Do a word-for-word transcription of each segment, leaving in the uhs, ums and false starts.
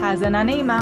האזנה נעימה.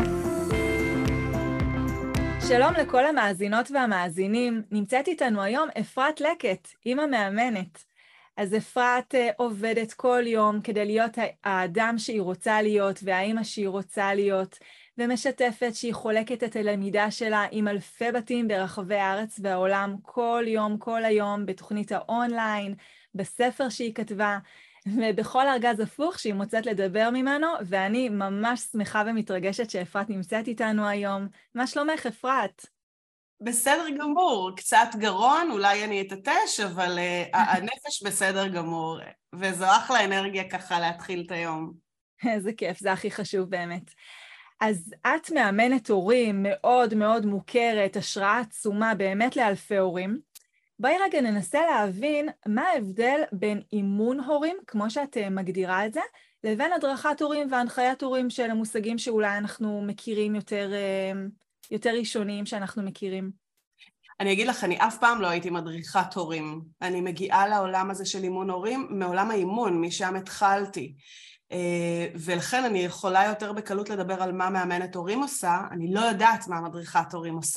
שלום לכל המאזינות והמאזינים, נמצאת איתנו היום אפרת לקט, אמא מאמנת. אז אפרת עובדת כל יום כדי להיות האדם שהיא רוצה להיות והאמא שהיא רוצה להיות, ומשתפת שהיא חולקת את הלמידה שלה עם אלפי בתים ברחבי הארץ והעולם, כל יום, כל היום, בתוכנית האונליין, בספר שהיא כתבה, ובכל ארגז הפוך שהיא מוצאת לדבר ממנו, ואני ממש שמחה ומתרגשת שאפרת נמצאת איתנו היום. מה שלומך, אפרת? בסדר גמור, קצת גרון, אולי אני אתעטש, אבל uh, הנפש בסדר גמור, וזו אחלה אנרגיה ככה להתחיל את היום. איזה כיף, זה הכי חשוב באמת. אז את מאמנת הורים מאוד מאוד מוכרת, השראה עצומה באמת לאלפי הורים. בואי רגע ננסה להבין מה ההבדל בין אימון הורים, כמו שאת מגדירה את זה, לבין הדרכת הורים והנחיית הורים של המושגים שאולי אנחנו מכירים יותר, יותר ראשוניים שאנחנו מכירים. אני אגיד לך, אני אף פעם לא הייתי מדריכת הורים. אני מגיעה לעולם הזה של אימון הורים, מעולם האימון, משם התחלתי. ולכן אני יכולה יותר בקלות לדבר על מה מאמנת הורים עושה, אני לא יודעת מה מדריכת הורים עושה.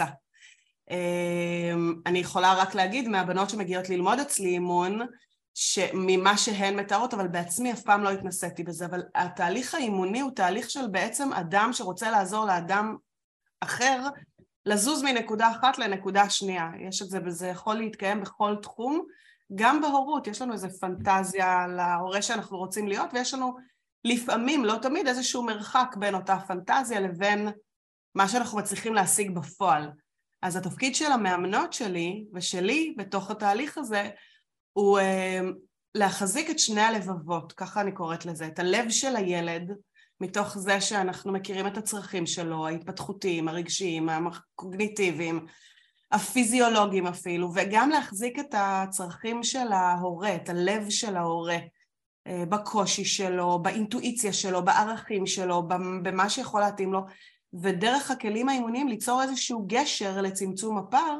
אני יכולה רק להגיד מהבנות שמגיעות ללמוד אצלי אימון, ממה שהן מתארות, אבל בעצמי אף פעם לא התנסיתי בזה, אבל התהליך האימוני הוא תהליך של בעצם אדם שרוצה לעזור לאדם אחר, לזוז מנקודה אחת לנקודה שנייה. יש את זה, וזה יכול להתקיים בכל תחום, גם בהורות, יש לנו איזו פנטזיה להורה שאנחנו רוצים להיות, ויש לנו לפעמים, לא תמיד, איזשהו מרחק בין אותה פנטזיה לבין מה שאנחנו מצליחים להשיג בפועל. אז התפקיד של המאמנות שלי ושלי בתוך התהליך הזה, הוא אה, להחזיק את שני הלבבות, ככה אני קוראת לזה, את הלב של הילד, מתוך זה שאנחנו מכירים את הצרכים שלו, ההתפתחותיים, הרגשיים, הקוגניטיביים, הפיזיולוגיים אפילו, וגם להחזיק את הצרכים של ההורה, את הלב של ההורה, אה, בקושי שלו, באינטואיציה שלו, בערכים שלו, במה שיכול להתאים לו, ודרך הכלים האימוניים ליצור איזשהו גשר לצמצום הפער,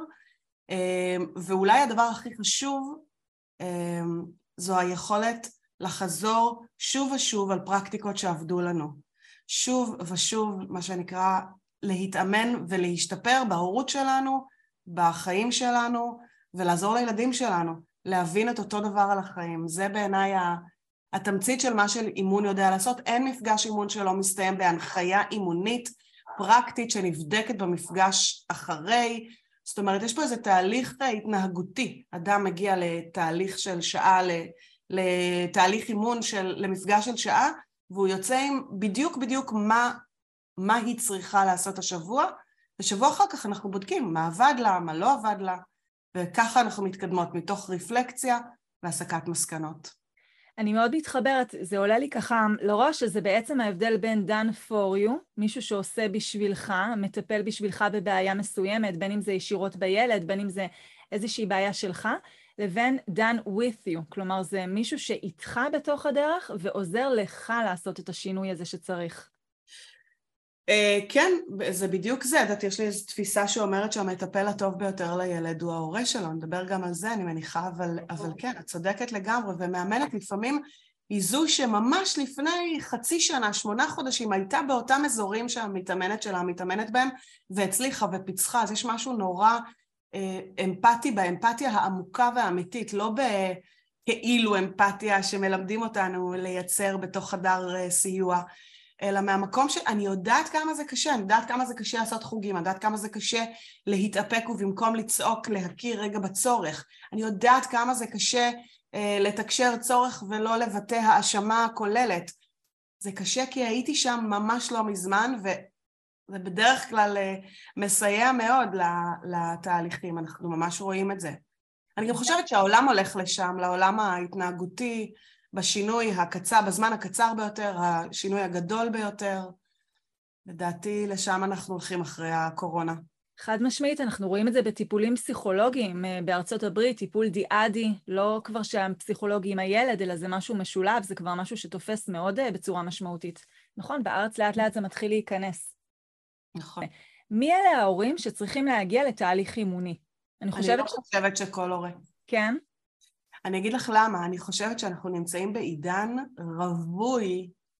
ואולי הדבר הכי חשוב, זו היכולת לחזור שוב ושוב על פרקטיקות שעבדו לנו. שוב ושוב, מה שנקרא, להתאמן ולהשתפר בהורות שלנו, בחיים שלנו, ולעזור לילדים שלנו, להבין את אותו דבר על החיים. זה בעיניי התמצית של מה שאימון יודע לעשות. אין מפגש אימון שלא מסתיים בהנחיה אימונית, פרקטית שנבדקת במפגש אחרי, זאת אומרת, יש פה איזה תהליך התנהגותי, אדם מגיע לתהליך של שעה, לתהליך אימון של, למפגש של שעה, והוא יוצא עם בדיוק בדיוק מה, מה היא צריכה לעשות השבוע, ושבוע אחר כך אנחנו בודקים מה עבד לה, מה לא עבד לה, וככה אנחנו מתקדמות מתוך רפלקציה והסקת מסקנות. אני מאוד מתחברת, זה עולה לי ככה לראש, שזה בעצם ההבדל בין done for you, מישהו שעושה בשבילך, מטפל בשבילך בבעיה מסוימת, בין אם זה ישירות בילד, בין אם זה איזושהי בעיה שלך, לבין done with you, כלומר זה מישהו שאיתך בתוך הדרך ועוזר לך לעשות את השינוי הזה שצריך. כן, זה בדיוק זה, יודעת, יש לי איזו תפיסה שאומרת שהמטפל הטוב ביותר לילד הוא ההורה שלו, נדבר גם על זה, אני מניחה, אבל, אבל כן, את צודקת לגמרי, ומאמנת לפעמים היא זו שממש לפני חצי שנה, שמונה חודשים, הייתה באותם אזורים שהמתאמנת שלה מתאמנת בהם, והצליחה ופיצחה, אז יש משהו נורא אה, אמפתי באמפתיה העמוקה והאמיתית, לא בכאילו אמפתיה שמלמדים אותנו לייצר בתוך חדר אה, סיוע, אלא מהמקום שאני יודעת כמה זה קשה, אני יודעת כמה זה קשה לעשות חוגים, אני יודעת כמה זה קשה להתאפק ובמקום לצעוק, להכיר רגע בצורך. אני יודעת כמה זה קשה אה, לתקשר צורך ולא לבטא האשמה הכוללת. זה קשה כי הייתי שם ממש לא מזמן, וזה בדרך כלל אה, מסייע מאוד לתהליכים, אנחנו ממש רואים את זה. אני גם חושבת שהעולם הולך לשם, לעולם ההתנהגותי, בשינוי הקצר, בזמן הקצר ביותר, השינוי הגדול ביותר. לדעתי, לשם אנחנו הולכים אחרי הקורונה. חד משמעית, אנחנו רואים את זה בטיפולים פסיכולוגיים בארצות הברית, טיפול דיאדי, לא כבר שהפסיכולוגי עם הילד, אלא זה משהו משולב, זה כבר משהו שתופס מאוד בצורה משמעותית. נכון, בארץ לאט לאט זה מתחיל להיכנס. נכון. מי אלה ההורים שצריכים להגיע לתהליך אימוני? אני חושבת, אני לא חושבת שכל הורה. כן? אני אגיד לך למה, אני חושבת שאנחנו נמצאים בעידן רווי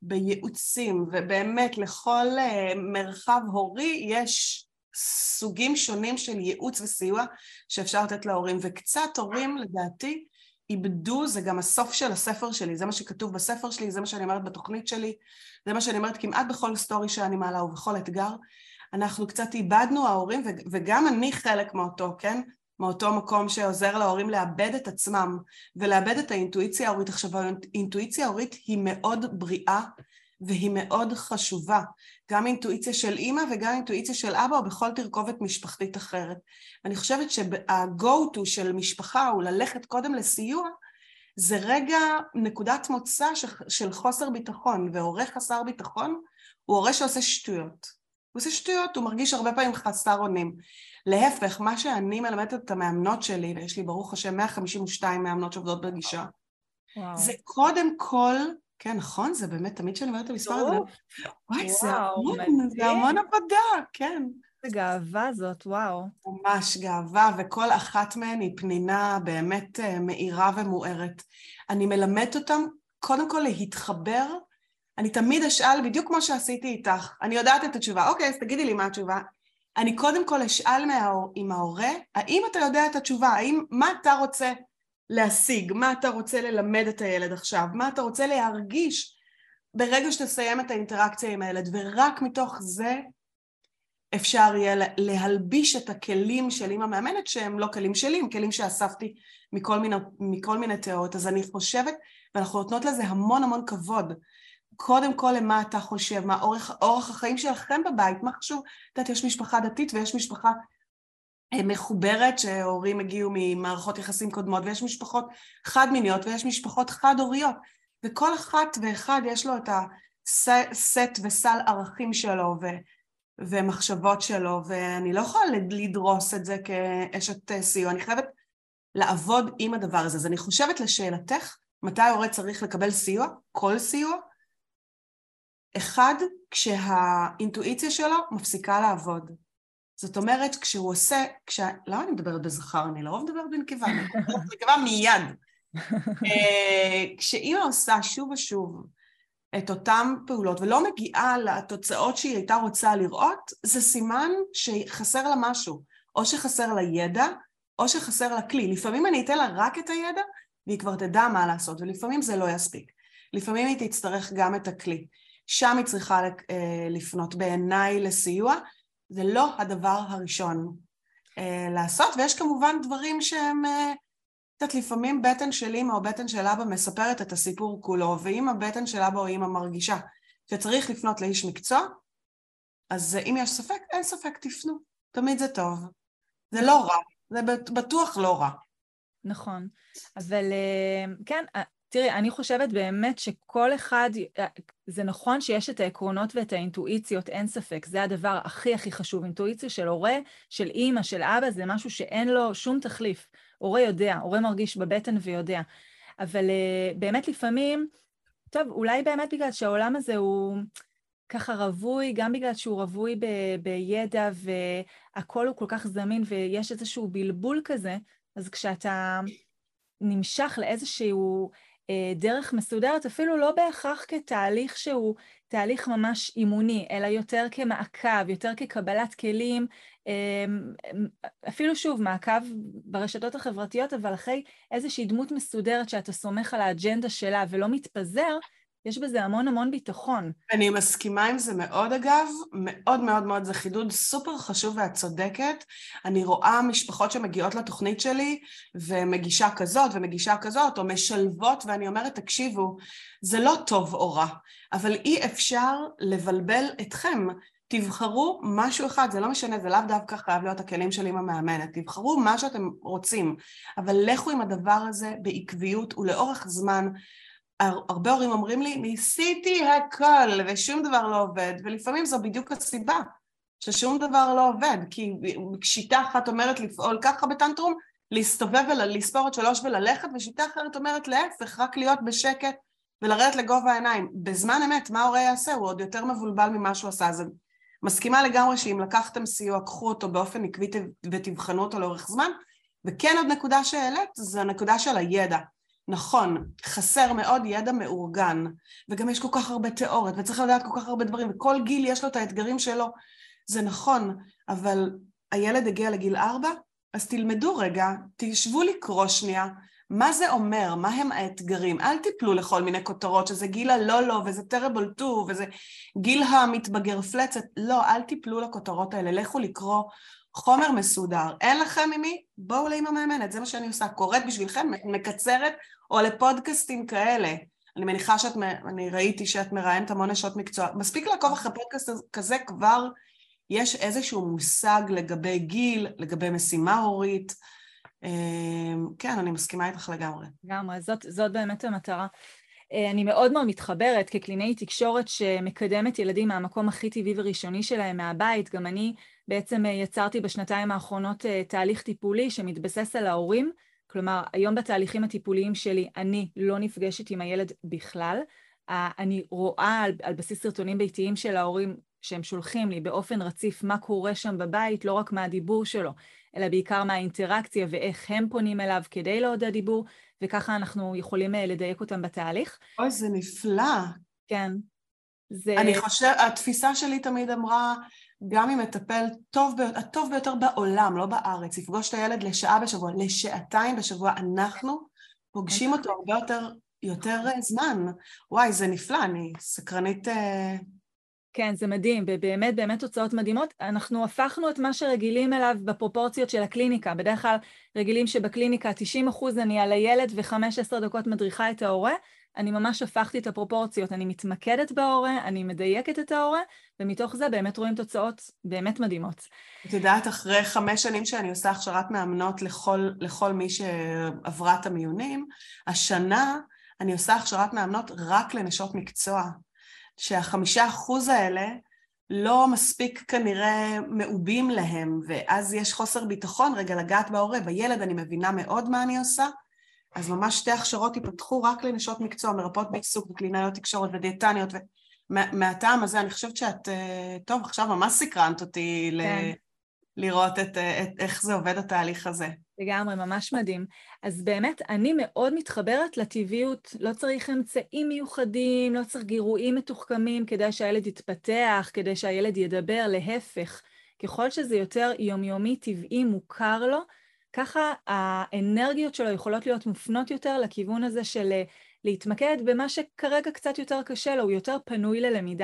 בייעוצים, ובאמת לכל מרחב הורי יש סוגים שונים של ייעוץ וסיוע שאפשר לתת להורים, וקצת הורים לדעתי איבדו, זה גם הסוף של הספר שלי, זה מה שכתוב בספר שלי, זה מה שאני אומרת בתוכנית שלי, זה מה שאני אומרת כמעט בכל סטורי שאני מעלה ובכל אתגר, אנחנו קצת איבדנו ההורים, וגם אני חלק מאותו, כן? מאותו מקום שעוזר להורים לאבד את עצמם, ולאבד את האינטואיציה ההורית. עכשיו, האינטואיציה ההורית היא מאוד בריאה, והיא מאוד חשובה. גם אינטואיציה של אימא, וגם אינטואיציה של אבא, או בכל תרכובת משפחתית אחרת. אני חושבת שה-go-to של משפחה, הוא ללכת קודם לסיוע, זה רגע נקודת מוצא של חוסר ביטחון, והורה חסר ביטחון, הוא הורה שעושה שטויות. הוא עושה שטויות, הוא מרגיש הרבה פעמים חסר אונים. להפך, מה שאני מלמדת את המאמנות שלי, ויש לי ברוך השם מאה חמישים ושתיים מאמנות שעובדות בגישה, וואו. זה קודם כל, כן, נכון, זה באמת, תמיד שאני אומרת את המספר הזה, וואי, זה המון, זה המון עבודה, כן. זה גאווה זאת, וואו. ממש גאווה, וכל אחת מהן היא פנינה באמת מאירה ומוארת. אני מלמדת אותם, קודם כל להתחבר, אני תמיד אשאל, בדיוק כמו שעשיתי איתך, אני יודעת את התשובה, אוקיי, אז תגידי לי מה התשובה. אני קודם כל אשאל מההור, עם ההורה, האם אתה יודע את התשובה, האם, מה אתה רוצה להשיג, מה אתה רוצה ללמד את הילד עכשיו, מה אתה רוצה להרגיש ברגע שתסיים את האינטראקציה עם הילד, ורק מתוך זה אפשר יהיה להלביש את הכלים של אמא מאמנת, שהם לא כלים שלי, הם כלים שאספתי מכל מיני, מכל מיני תיאוריות. אז אני חושבת, ואנחנו נותנות לזה המון המון כבוד, קודם כל למה אתה חושב, מה אורך, אורך החיים שלכם בבית, מה חשוב? את יודעת, יש משפחה דתית ויש משפחה מחוברת, שהורים הגיעו ממערכות יחסים קודמות, ויש משפחות חד מיניות, ויש משפחות חד הוריות, וכל אחת ואחד יש לו את הסט וסל ערכים שלו, ו, ומחשבות שלו, ואני לא יכולה לדרוס את זה כאשת סיוע, אני חייבת לעבוד עם הדבר הזה. אז אני חושבת לשאלתך, מתי ההורה צריך לקבל סיוע? כל סיוע? אחד, כשהאינטואיציה שלו מפסיקה לעבוד. זאת אומרת, כשהוא עושה, כש... למה אני מדברת בזכר? אני לרוב מדברת בנקבה, אני מדברת בנקבה מיד. כשאמא עושה שוב ושוב את אותן פעולות, ולא מגיעה לתוצאות שהיא הייתה רוצה לראות, זה סימן שחסר לה משהו, או שחסר לה ידע, או שחסר לה כלי. לפעמים אני אתן לה רק את הידע, והיא כבר תדע מה לעשות, ולפעמים זה לא יספיק. לפעמים היא תצטרך גם את הכלי. שם היא צריכה לפנות בעיניי לסיוע, זה לא הדבר הראשון לעשות, ויש כמובן דברים שהם, קצת לפעמים בטן של אמא או בטן של אבא מספרת את הסיפור כולו, ואם הבטן של אבא או אמא מרגישה שצריך לפנות לאיש מקצוע, אז אם יש ספק, אין ספק, תפנו, תמיד זה טוב. זה לא רע, זה בטוח לא רע. נכון, אבל כן, תראי, אני חושבת באמת שכל אחד, זה נכון שיש את העקרונות ואת האינטואיציות, אין ספק, זה הדבר הכי הכי חשוב. אינטואיציה של הורה, של אמא, של אבא, זה משהו שאין לו שום תחליף. הורה יודע, הורה מרגיש בבטן ויודע. אבל באמת לפעמים, טוב, אולי באמת בגלל שהעולם הזה הוא ככה רווי, גם בגלל שהוא רווי ב- בידע והכל הוא כל כך זמין ויש איזשהו בלבול כזה, אז כשאתה נמשך לאיזשהו דרך מסודרת, אפילו לא בהכרח כתהליך שהוא תהליך ממש אימוני, אלא יותר כמעקב, יותר כקבלת כלים, אפילו שוב, מעקב ברשתות החברתיות, אבל אחרי איזושהי דמות מסודרת שאתה סומך על האג'נדה שלה ולא מתפזר, יש בזה המון המון ביטחון. אני מסכימה עם זה מאוד אגב, מאוד מאוד מאוד, זה חידוד סופר חשוב ואת צודקת. אני רואה משפחות שמגיעות לתוכנית שלי, ומגישה כזאת ומגישה כזאת, או משלבות, ואני אומרת, תקשיבו, זה לא טוב או רע, אבל אי אפשר לבלבל אתכם. תבחרו משהו אחד, זה לא משנה, זה לאו דווקא חייב להיות הכלים של אמא מאמנת, תבחרו מה שאתם רוצים, אבל לכו עם הדבר הזה בעקביות ולאורך זמן. הרבה הורים אומרים לי, ניסיתי הכל ושום דבר לא עובד, ולפעמים זו בדיוק הסיבה ששום דבר לא עובד, כי שיטה אחת אומרת לפעול ככה בטנטרום, להסתובב ולספור את שלוש וללכת, ושיטה אחרת אומרת להפך, רק להיות בשקט ולרדת לגובה העיניים. בזמן אמת, מה ההורה יעשה? הוא עוד יותר מבולבל ממה שהוא עשה. אז מסכימה לגמרי שאם לקחתם סיוע, קחו אותו באופן עקבי ותבחנו אותו לאורך זמן, וכן עוד נקודה שהעלית, זה הנקודה של הידע. נכון, חסר מאוד ידע מאורגן, וגם יש כל כך הרבה תיאוריות, וצריך לדעת כל כך הרבה דברים, וכל גיל יש לו את האתגרים שלו, זה נכון, אבל הילד הגיע לגיל ארבע, אז תלמדו רגע, תשבו לקרוא שנייה, מה זה אומר, מה הם האתגרים, אל תיפלו לכל מיני כותרות, שזה גיל הלא לא, וזה טרבל טו, וזה גיל המתבגר פלצת, לא, אל תיפלו לכותרות האלה, לכו לקרוא חומר מסודר, אין לכם ממי, בואו לאמא מאמנת, זה מה שאני עושה, קוראת בשבילכם, מקצרת, או לפודקאסטים כאלה, אני מניחה שאת, אני ראיתי שאת מראיינת המון נשות מקצוע, מספיק לעקוב אחרי פודקאסט כזה כבר, יש איזשהו מושג לגבי גיל, לגבי משימה הורית, כן, אני מסכימה איתך לגמרי. לגמרי, זאת, זאת באמת המטרה. אני מאוד מאוד מתחברת כקלינאית תקשורת שמקדמת ילדים מהמקום הכי טבעי וראשוני שלהם מהבית. גם אני בעצם יצרתי בשנתיים האחרונות תהליך טיפולי שמתבסס על ההורים. כלומר, היום בתהליכים הטיפוליים שלי אני לא נפגשת עם הילד בכלל. אני רואה על, על בסיס סרטונים ביתיים של ההורים שהם שולחים לי באופן רציף מה קורה שם בבית, לא רק מהדיבור שלו, אלא בעיקר מהאינטראקציה ואיך הם פונים אליו כדי לעודד דיבור, וככה אנחנו יכולים לדייק אותם בתהליך. אוי, זה נפלא. כן. זה... אני חושב, התפיסה שלי תמיד אמרה, גם אם מטפל טוב, הטוב ביותר בעולם, לא בארץ, יפגוש את הילד לשעה בשבוע, לשעתיים בשבוע, אנחנו פוגשים אותו הרבה יותר, יותר זמן. וואי, זה נפלא, אני סקרנית... כן, זה מדהים, ובאמת, באמת תוצאות מדהימות. אנחנו הפכנו את מה שרגילים אליו בפרופורציות של הקליניקה. בדרך כלל רגילים שבקליניקה תשעים אחוז אני על הילד ו-חמש עשרה דקות מדריכה את ההורה. אני ממש הפכתי את הפרופורציות. אני מתמקדת בהורה, אני מדייקת את ההורה, ומתוך זה באמת רואים תוצאות באמת מדהימות. את יודעת, אחרי חמש שנים שאני עושה הכשרת מאמנות לכל, לכל מי שעברה את המיונים, השנה אני עושה הכשרת מאמנות רק לנשות מקצוע. שהחמישה אחוז האלה לא מספיק כנראה מעובים להם, ואז יש חוסר ביטחון רגע לגעת בהורה. בילד אני מבינה מאוד מה אני עושה, אז ממש שתי הכשרות ייפתחו רק לנשות מקצוע, מרפאות בעיסוק וקלינאיות תקשורת ודיאטניות, ומהטעם הזה אני חושבת שאת, טוב, עכשיו ממש סקרנת אותי ל... לראות את, את, איך זה עובד התהליך הזה. לגמרי, ממש מדהים. אז באמת, אני מאוד מתחברת לטבעיות, לא צריך אמצעים מיוחדים, לא צריך גירויים מתוחכמים כדי שהילד יתפתח, כדי שהילד ידבר, להפך. ככל שזה יותר יומיומי, טבעי, מוכר לו, ככה האנרגיות שלו יכולות להיות מופנות יותר לכיוון הזה של להתמקד במה שכרגע קצת יותר קשה לו, הוא יותר פנוי ללמידה.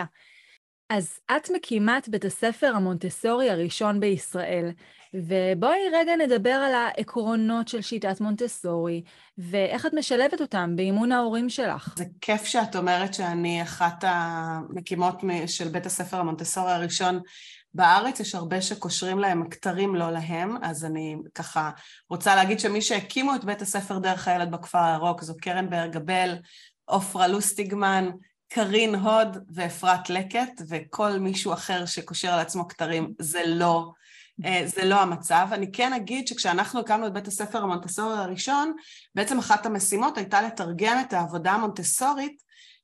אז את מקימה את בית הספר המונטסורי הראשון בישראל, ובואי רגע נדבר על העקרונות של שיטת מונטסורי, ואיך את משלבת אותם באימון ההורים שלך. זה כיף שאת אומרת שאני אחת המקימות של בית הספר המונטסורי הראשון בארץ, יש הרבה שקושרים להם, הכתרים לא להם, אז אני ככה רוצה להגיד שמי שהקימו את בית הספר דרך הילד בכפר הירוק, זו קרן בארגבל, עופרה לוסטיגמן, קרין הוד ואפרת לקט, וכל מישהו אחר שקושר לעצמו כתרים, זה לא, זה לא המצב. אני כן אגיד שכשאנחנו הקמנו את בית הספר המונטסורי הראשון, בעצם אחת המשימות הייתה לתרגם את העבודה המונטסורית,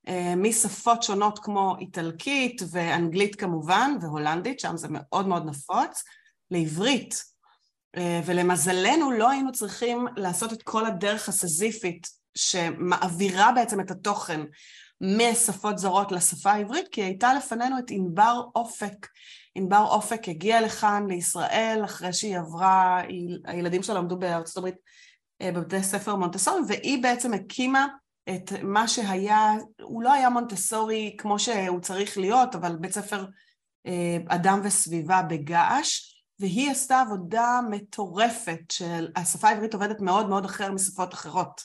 משפות שונות כמו איטלקית ואנגלית כמובן, והולנדית, שם זה מאוד מאוד נפוץ, לעברית. ולמזלנו לא היינו צריכים לעשות את כל הדרך הסזיפית, שמעבירה בעצם את התוכן, משפות זרות לשפה העברית, כי הייתה לפנינו את ענבר אופק. ענבר אופק הגיעה לכאן לישראל, אחרי שהיא עברה, הילדים שלה למדו בארצות הברית בבתי ספר מונטסורי, והיא בעצם הקימה את מה שהיה, הוא לא היה מונטסורי כמו שהוא צריך להיות, אבל בית ספר אדם וסביבה בגעש, והיא עשתה עבודה מטורפת, של השפה העברית עובדת מאוד מאוד אחר משפות אחרות,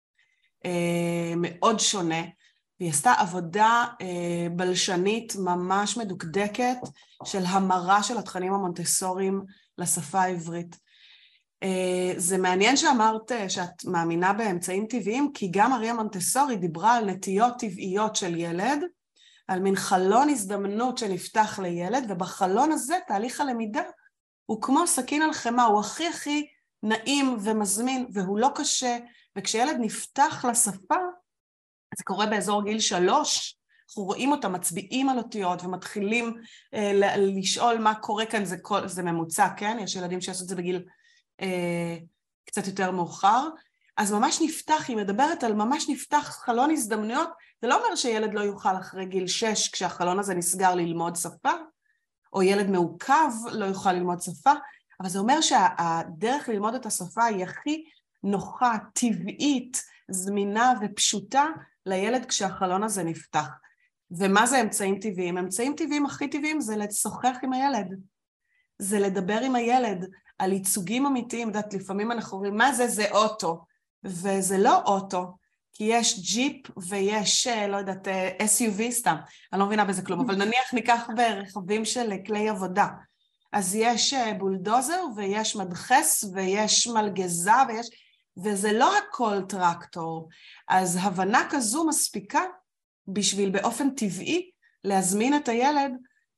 מאוד שונה, והיא עשתה עבודה אה, בלשנית ממש מדוקדקת של המרה של התכנים המונטסוריים לשפה העברית. אה, זה מעניין שאמרת שאת מאמינה באמצעים טבעיים, כי גם מריה מונטסורי דיברה על נטיות טבעיות של ילד, על מין חלון הזדמנות שנפתח לילד, ובחלון הזה תהליך הלמידה הוא כמו סכין על חמה, הוא הכי הכי נעים ומזמין, והוא לא קשה, וכשילד נפתח לשפה, זה קורה באזור גיל שלוש, אנחנו רואים אותם, מצביעים על אותיות ומתחילים אה, לשאול מה קורה כאן, זה, כל, זה ממוצע, כן? יש ילדים שעשו את זה בגיל אה, קצת יותר מאוחר, אז ממש נפתח, היא מדברת על ממש נפתח חלון הזדמנויות, זה לא אומר שילד לא יוכל אחרי גיל שש, כשהחלון הזה נסגר ללמוד שפה, או ילד מעוכב לא יוכל ללמוד שפה, אבל זה אומר שהדרך ללמוד את השפה היא הכי נוחה, טבעית, זמינה ופשוטה לילד כשהחלון הזה נפתח. ומה זה אמצעים טבעיים? אמצעים טבעיים הכי טבעיים זה לשוחח עם הילד, זה לדבר עם הילד על ייצוגים אמיתיים, יודעת, לפעמים אנחנו אומרים, מה זה? זה אוטו, וזה לא אוטו, כי יש ג'יפ ויש, לא יודעת, אס יו וי סתם, אני לא מבינה בזה כלום, אבל נניח ניקח ברכבים של כלי עבודה, אז יש בולדוזר ויש מדחס ויש מלגזה ויש, וזה לא הכל טרקטור, אז הבנה כזו מספיקה בשביל באופן טבעי להזמין את הילד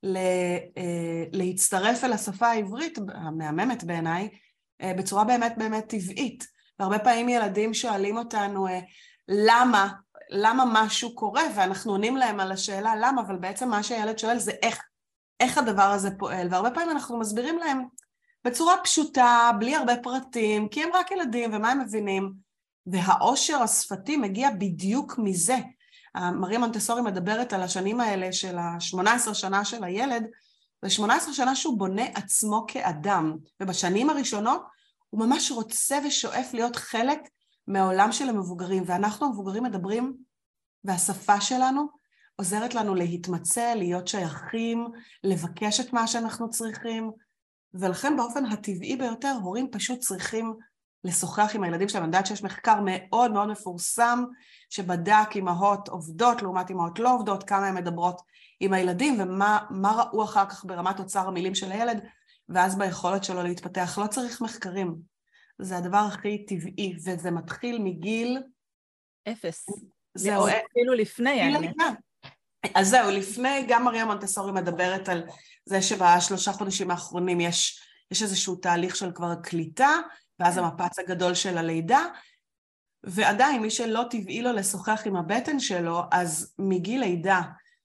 להצטרף אל השפה העברית, המהממת בעיניי, בצורה באמת באמת טבעית. והרבה פעמים ילדים שואלים אותנו למה, למה משהו קורה, ואנחנו עונים להם על השאלה למה, אבל בעצם מה שהילד שואל זה איך, איך הדבר הזה פועל, והרבה פעמים אנחנו מסבירים להם בצורה פשוטה, בלי הרבה פרטים, כי הם רק ילדים ומה הם מבינים, והעושר השפתי מגיע בדיוק מזה. מריה מונטסורי מדברת על השנים האלה של ה-שמונה עשרה שנה של הילד, ו-שמונה עשרה שנה שהוא בונה עצמו כאדם, ובשנים הראשונות הוא ממש רוצה ושואף להיות חלק מהעולם של המבוגרים, ואנחנו המבוגרים מדברים, והשפה שלנו עוזרת לנו להתמצא, להיות שייכים, לבקש את מה שאנחנו צריכים, ולכן באופן הטבעי ביותר, הורים פשוט צריכים לשוחח עם הילדים שלהם. אני יודעת שיש מחקר מאוד מאוד מפורסם, שבדק אמהות עובדות לעומת אמהות לא עובדות, כמה הן מדברות עם הילדים, ומה מה ראו אחר כך ברמת אוצר המילים של הילד, ואז ביכולת שלו להתפתח. לא צריך מחקרים. זה הדבר הכי טבעי, וזה מתחיל מגיל... אפס. זהו. אפילו לפני, האמת. אז זהו, לפני, גם מריה מונטסורי מדברת על זה שבשלושה חודשים האחרונים יש, יש איזשהו תהליך של כבר קליטה, ואז המפץ הגדול של הלידה, ועדיין מי שלא טבעי לו לשוחח עם הבטן שלו, אז מגיל לידה,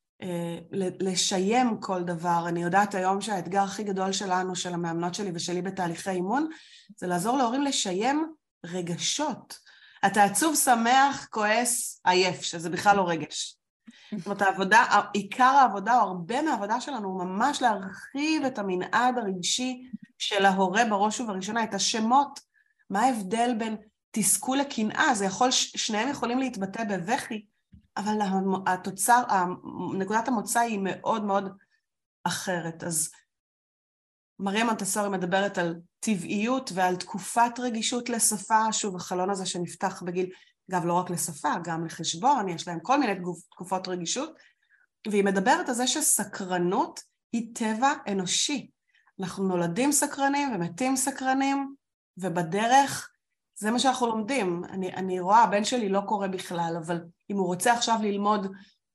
לשיים כל דבר. אני יודעת היום שהאתגר הכי גדול שלנו, של המאמנות שלי ושלי בתהליכי אימון, זה לעזור להורים לשיים רגשות. אתה עצוב, שמח, כועס, עייף, שזה בכלל לא רגש. זאת אומרת, העבודה, עיקר העבודה, או הרבה מהעבודה שלנו, הוא ממש להרחיב את המנעד הרגשי של ההורה בראש ובראשונה, את השמות. מה ההבדל בין תסכול לקנאה? זה יכול, שניהם יכולים להתבטא בבכי, אבל התוצר, נקודת המוצא היא מאוד מאוד אחרת. אז מריה מונטסורי מדברת על טבעיות ועל תקופת רגישות לשפה, שוב, החלון הזה שנפתח בגיל, אגב, לא רק לשפה, גם לחשבון, יש להם כל מיני תקופות רגישות, והיא מדברת על זה שסקרנות היא טבע אנושי. אנחנו נולדים סקרנים ומתים סקרנים, ובדרך זה מה שאנחנו לומדים. אני, אני רואה, הבן שלי לא קורא בכלל, אבל אם הוא רוצה עכשיו ללמוד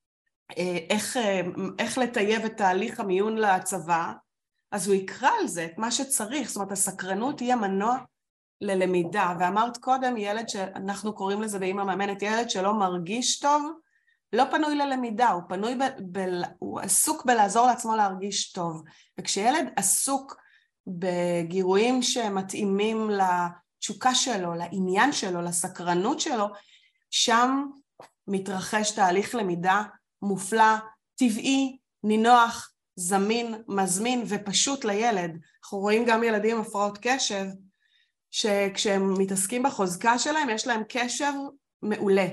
איך, איך לטייב את תהליך המיון לצבא, אז הוא יקרא על זה את מה שצריך. זאת אומרת, הסקרנות היא המנוע ללמידה. ואמרת קודם, ילד שאנחנו קוראים לזה באמא מאמנת, ילד שלא מרגיש טוב, לא פנוי ללמידה, הוא פנוי, ב, ב, הוא עסוק בלעזור לעצמו להרגיש טוב. וכשילד עסוק בגירויים שמתאימים לתשוקה שלו, לעניין שלו, לסקרנות שלו, שם מתרחש תהליך למידה מופלא, טבעי, נינוח, זמין, מזמין ופשוט לילד. אנחנו רואים גם ילדים עם הפרעות קשב, שכשהם מתעסקים בחוזקה שלהם, יש להם קשב מעולה.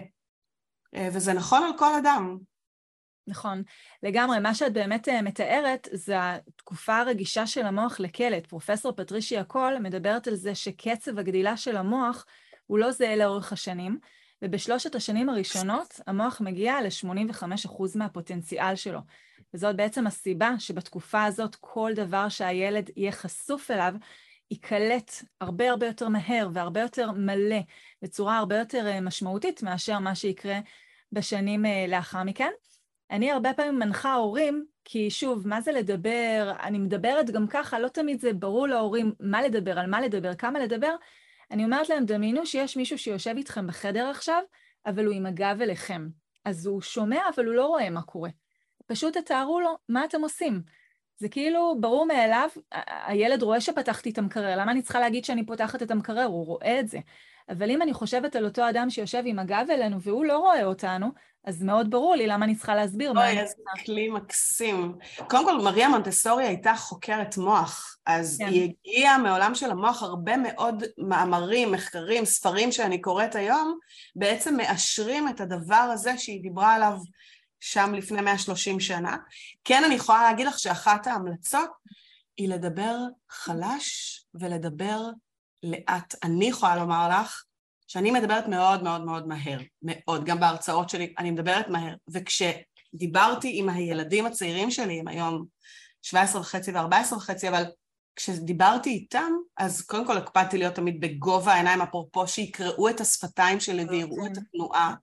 וזה נכון על כל אדם. נכון, לגמרי. מה שאת באמת מתארת זה התקופה הרגישה של המוח לקלט. פרופסור פטרישיה קול מדברת על זה שקצב הגדילה של המוח הוא לא זהה לאורך השנים, ובשלושת השנים הראשונות המוח מגיע ל-שמונים וחמישה אחוז מהפוטנציאל שלו. וזאת בעצם הסיבה שבתקופה הזאת כל דבר שהילד יהיה חשוף אליו, ייקלט הרבה הרבה יותר מהר והרבה יותר מלא, בצורה הרבה יותר משמעותית מאשר מה שיקרה בשנים לאחר מכן. אני הרבה פעמים מנחה הורים, כי שוב, מה זה לדבר? אני מדברת גם ככה, לא תמיד זה ברור להורים מה לדבר, על מה לדבר, כמה לדבר. אני אומרת להם, דמיינו שיש מישהו שיושב איתכם בחדר עכשיו, אבל הוא עם הגב אליכם. אז הוא שומע, אבל הוא לא רואה מה קורה. פשוט תתארו לו, מה אתם עושים? זה כאילו ברור מאליו, הילד רואה שפתחתי את המקרר, למה אני צריכה להגיד שאני פותחת את המקרר? הוא רואה את זה. אבל אם אני חושבת על אותו אדם שיושב עם הגב אלינו והוא לא רואה אותנו, אז מאוד ברור לי למה אני צריכה להסביר מה אני אוי, איזה כלי מקסים. קודם כל, מריה מונטסורי הייתה חוקרת מוח, אז כן. היא הגיעה מעולם של המוח, הרבה מאוד מאמרים, מחקרים, ספרים שאני קוראת היום, בעצם מאשרים את הדבר הזה שהיא דיברה עליו שם לפני מאה ושלושים שנה. כן, אני יכולה להגיד לך שאחת ההמלצות היא לדבר חלש ולדבר לאט. אני יכולה לומר לך, שאני מדברת מאוד מאוד מאוד מהר, מאוד, גם בהרצאות שלי אני מדברת מהר, וכשדיברתי עם הילדים הצעירים שלי, הם היום שבע עשרה וחצי ו-ארבע עשרה וחצי, אבל כשדיברתי איתם, אז קודם כל הקפדתי להיות תמיד בגובה העיניים, אפרופו שיקראו את השפתיים שלי ויראו את התנועה,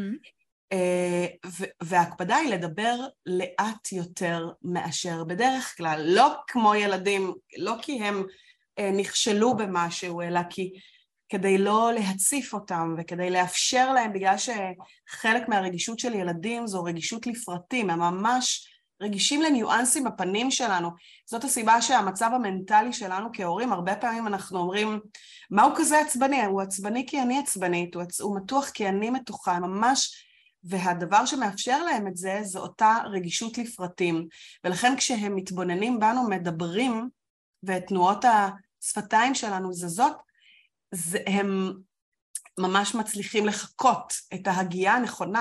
וההקפדה היא לדבר לאט יותר מאשר בדרך כלל, לא כמו ילדים, לא כי הם נכשלו במשהו, אלא כי כדי לא להציף אותם וכדי לאפשר להם, בגלל שחלק מהרגישות של ילדים זו רגישות לפרטים, הם ממש רגישים לניואנסים בפנים שלנו. זאת הסיבה שהמצב המנטלי שלנו כהורים, הרבה פעמים אנחנו אומרים, מה הוא כזה עצבני? הוא עצבני כי אני עצבנית, הוא, עצ... הוא מתוח כי אני מתוחה, ממש, והדבר שמאפשר להם את זה, זו אותה רגישות לפרטים. ולכן כשהם מתבוננים בנו, מדברים, ותנועות השפתיים שלנו זזות, הם ממש מצליחים לחכות את ההגיעה הנכונה.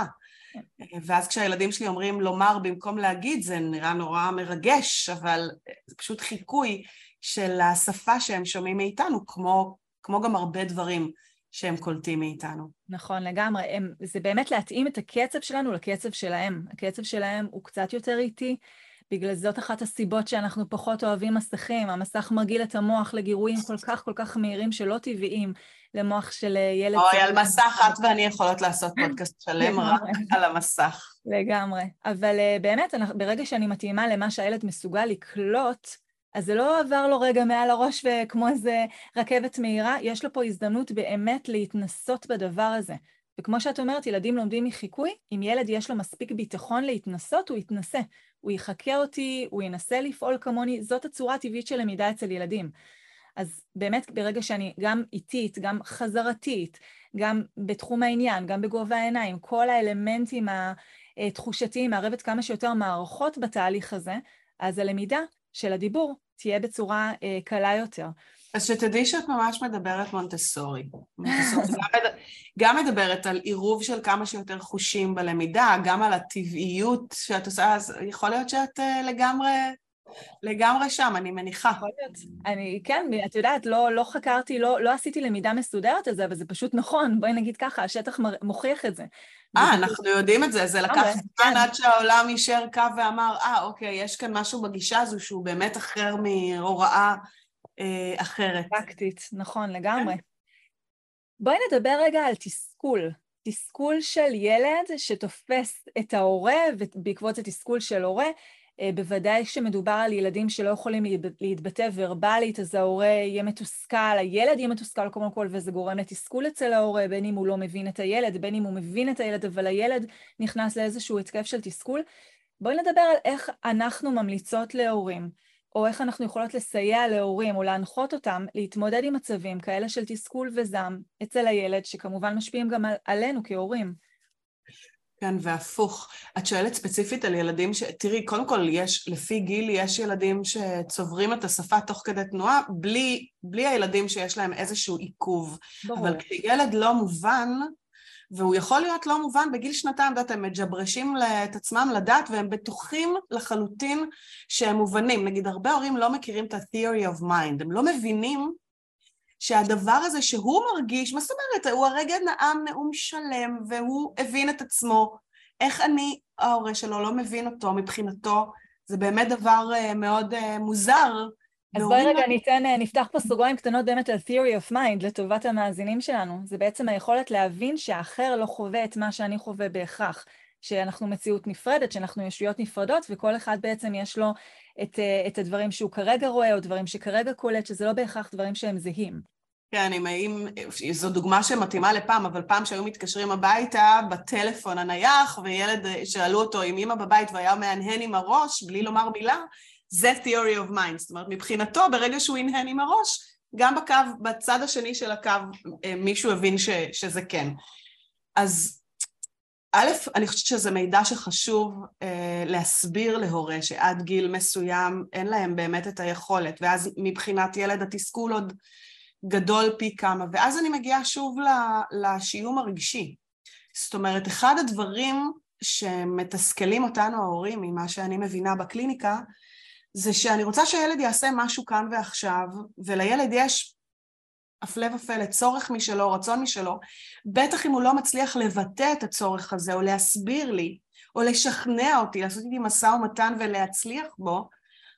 ואז כשהילדים שלי אומרים לומר במקום להגיד, זה נראה נורא מרגש, אבל זה פשוט חיקוי של השפה שהם שומעים מאיתנו, כמו, כמו גם הרבה דברים שהם קולטים מאיתנו. נכון, לגמרי. הם, זה באמת להתאים את הקצב שלנו לקצב שלהם. הקצב שלהם הוא קצת יותר איטי, בגלל זאת אחת הסיבות שאנחנו פחות אוהבים מסכים. המסך מרגיל את המוח לגירויים כל כך כל כך מהירים שלא טבעיים למוח של ילד. אוי, על מסך את ואני יכולות לעשות פודקאסט שלם רק על המסך. לגמרי. אבל באמת, ברגע שאני מתאימה למה שהילד מסוגל לקלוט, אז זה לא עבר לו רגע מעל הראש וכמו איזה רכבת מהירה, יש לו פה הזדמנות באמת להתנסות בדבר הזה. וכמו שאת אומרת, ילדים לומדים מחיקוי, אם ילד יש לו מספיק ביטחון להתנסות, הוא יתנסה. הוא יחכה אותי, הוא ינסה לפעול כמוני, זאת הצורה הטבעית של למידה אצל ילדים. אז באמת ברגע שאני גם איטית, גם חזרתית, גם בתחום העניין, גם בגובה העיניים, כל האלמנטים התחושתיים, מערבת כמה שיותר מערכות בתהליך הזה, אז הלמידה של הדיבור תהיה בצורה אה, קלה יותר. אז שתדעי שאת ממש מדברת מונטסורי. מונטסורי גם, גם מדברת על עירוב של כמה שיותר חושים בלמידה, גם על הטבעיות שאת עושה, אז יכול להיות שאת לגמרי, לגמרי שם, אני מניחה. יכול להיות. אני, כן, את יודעת, לא, לא חקרתי, לא, לא עשיתי למידה מסודרת על זה, אבל זה פשוט נכון, בואי נגיד ככה, השטח מוכיח את זה. אה, אנחנו יודעים את זה, זה לקח זמן עד שהעולם יישר קו ואמר, אה, אוקיי, יש כאן משהו בגישה הזו שהוא באמת אחר מהוראה, אחרת. פרקטית, נכון, לגמרי. בואי נדבר רגע על תסכול. תסכול של ילד שתופס את ההורה, ובעקבות התסכול של הורה, בוודאי כשמדובר על ילדים שלא יכולים להתבטא ורבלית, אז ההורה יהיה מתוסכל, הילד יהיה מתוסכל קודם כל, וזה גורם לתסכול אצל ההורה, בין אם הוא לא מבין את הילד, בין אם הוא מבין את הילד, אבל הילד נכנס לאיזשהו התקף של תסכול. בואי נדבר על איך אנחנו ממליצות להורים, או איך אנחנו יכולות לסייע להורים או להנחות אותם להתמודד עם מצבים כאלה של תסכול וזעם אצל הילד, שכמובן משפיעים גם עלינו כהורים. כן, והפוך. את שואלת ספציפית על ילדים ש... תראי, קודם כל, יש, לפי גיל, יש ילדים שצוברים את השפה תוך כדי תנועה, בלי, בלי הילדים שיש להם איזשהו עיכוב. ברור. אבל כשילד לא מובן, והוא יכול להיות לא מובן, בגיל שנתיים, דעת, הם מג'ברשים את עצמם לדעת, והם בטוחים לחלוטין שהם מובנים. נגיד, הרבה הורים לא מכירים את ה-theory of mind, הם לא מבינים שהדבר הזה שהוא מרגיש, מה זאת אומרת, הוא הרגע נאם נאום שלם, והוא הבין את עצמו, איך אני, ההורה שלו, לא מבין אותו מבחינתו, זה באמת דבר מאוד מוזר. אז בואי רגע ניתן, נפתח פה סוגריים קטנות באמת על theory of mind לטובת המאזינים שלנו. זה בעצם היכולת להבין שהאחר לא חווה את מה שאני חווה בהכרח, שאנחנו מציאות נפרדת, שאנחנו ישויות נפרדות, וכל אחד בעצם יש לו את, את הדברים שהוא כרגע רואה, או דברים שכרגע קולט, שזה לא בהכרח דברים שהם זהים. כן, אם, אם, זו דוגמה שמתאימה לפעם, אבל פעם שהיו מתקשרים הביתה בטלפון הנייח, וילד שאלו אותו עם אמא בבית והיה מהנהן עם הראש, בלי לומר מילה, זה theory of mind. זאת אומרת, מבחינתו, ברגע שהוא ינהן עם הראש, גם בקו, בצד השני של הקו, מישהו הבין ש, שזה כן. אז א', אני חושבת שזה מידע שחשוב אה, להסביר להורה שעד גיל מסוים אין להם באמת את היכולת, ואז מבחינת ילד התסכול עוד גדול פי כמה, ואז אני מגיעה שוב לשיום הרגשי. זאת אומרת, אחד הדברים שמתסכלים אותנו ההורים, ממה שאני מבינה בקליניקה, זה שאני רוצה שהילד יעשה משהו כאן ועכשיו, ולילד יש הפלא ופלא, צורך משלו, רצון משלו, בטח אם הוא לא מצליח לבטא את הצורך הזה, או להסביר לי, או לשכנע אותי, לעשות איתי משא ומתן ולהצליח בו,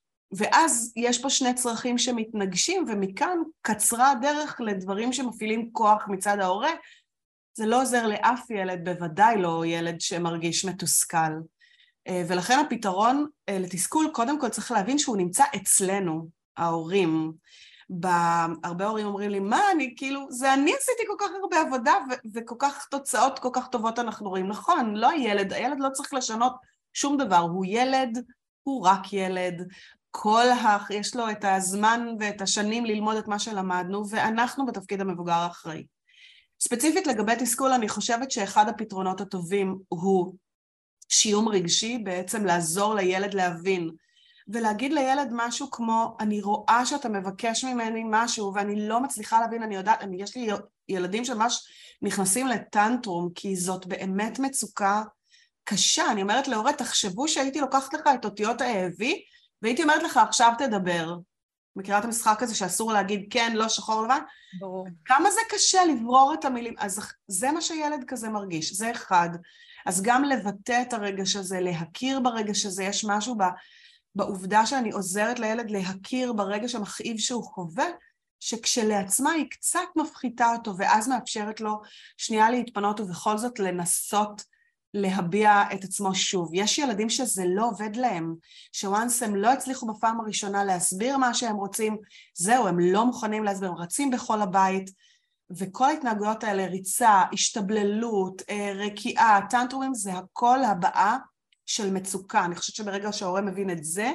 ואז יש פה שני צרכים שמתנגשים, ומכאן קצרה הדרך לדברים שמפעילים כוח מצד ההורה. זה לא עוזר לאף ילד, בוודאי לא ילד שמרגיש מתוסכל. ולכן הפתרון לתסכול, קודם כל צריך להבין שהוא נמצא אצלנו, ההורים. הרבה הורים אומרים לי, מה אני, כאילו, זה אני עשיתי כל כך הרבה עבודה, ו- וכל כך תוצאות, כל כך טובות אנחנו רואים. נכון, לא הילד, הילד לא צריך לשנות שום דבר, הוא ילד, הוא רק ילד, כל ה... יש לו את הזמן ואת השנים ללמוד את מה שלמדנו, ואנחנו בתפקיד המבוגר האחראי. ספציפית לגבי תסכול, אני חושבת שאחד הפתרונות הטובים הוא שיום רגשי, בעצם לעזור לילד להבין, ולהגיד לילד משהו כמו, אני רואה שאתה מבקש ממני משהו, ואני לא מצליחה להבין, אני יודעת, אני, יש לי ילדים שממש נכנסים לטנטרום, כי זאת באמת מצוקה קשה. אני אומרת להורה, תחשבו שהייתי לוקחת לך את אותיות האהבי, והייתי אומרת לך, עכשיו תדבר. מכירה את המשחק הזה שאסור להגיד כן, לא, שחור לבן? ברור. כמה זה קשה לברור את המילים, אז זה מה שילד כזה מרגיש, זה אחד. אז גם לבטא את הרגש הזה, להכיר ברגש הזה, יש משהו ב... בעובדה שאני עוזרת לילד להכיר ברגש המכאיב שהוא חווה, שכשלעצמה היא קצת מפחיתה אותו, ואז מאפשרת לו שנייה להתפנות ובכל זאת לנסות להביע את עצמו שוב. יש ילדים שזה לא עובד להם, שוואנס הם לא הצליחו בפעם הראשונה להסביר מה שהם רוצים, זהו, הם לא מוכנים להסביר, הם רצים בכל הבית, וכל ההתנהגויות האלה, ריצה, השתבללות, רקיעה, טנטרומים, זה הכל הבאה של מצוקה. אני חושבת שברגע שההורה מבין את זה,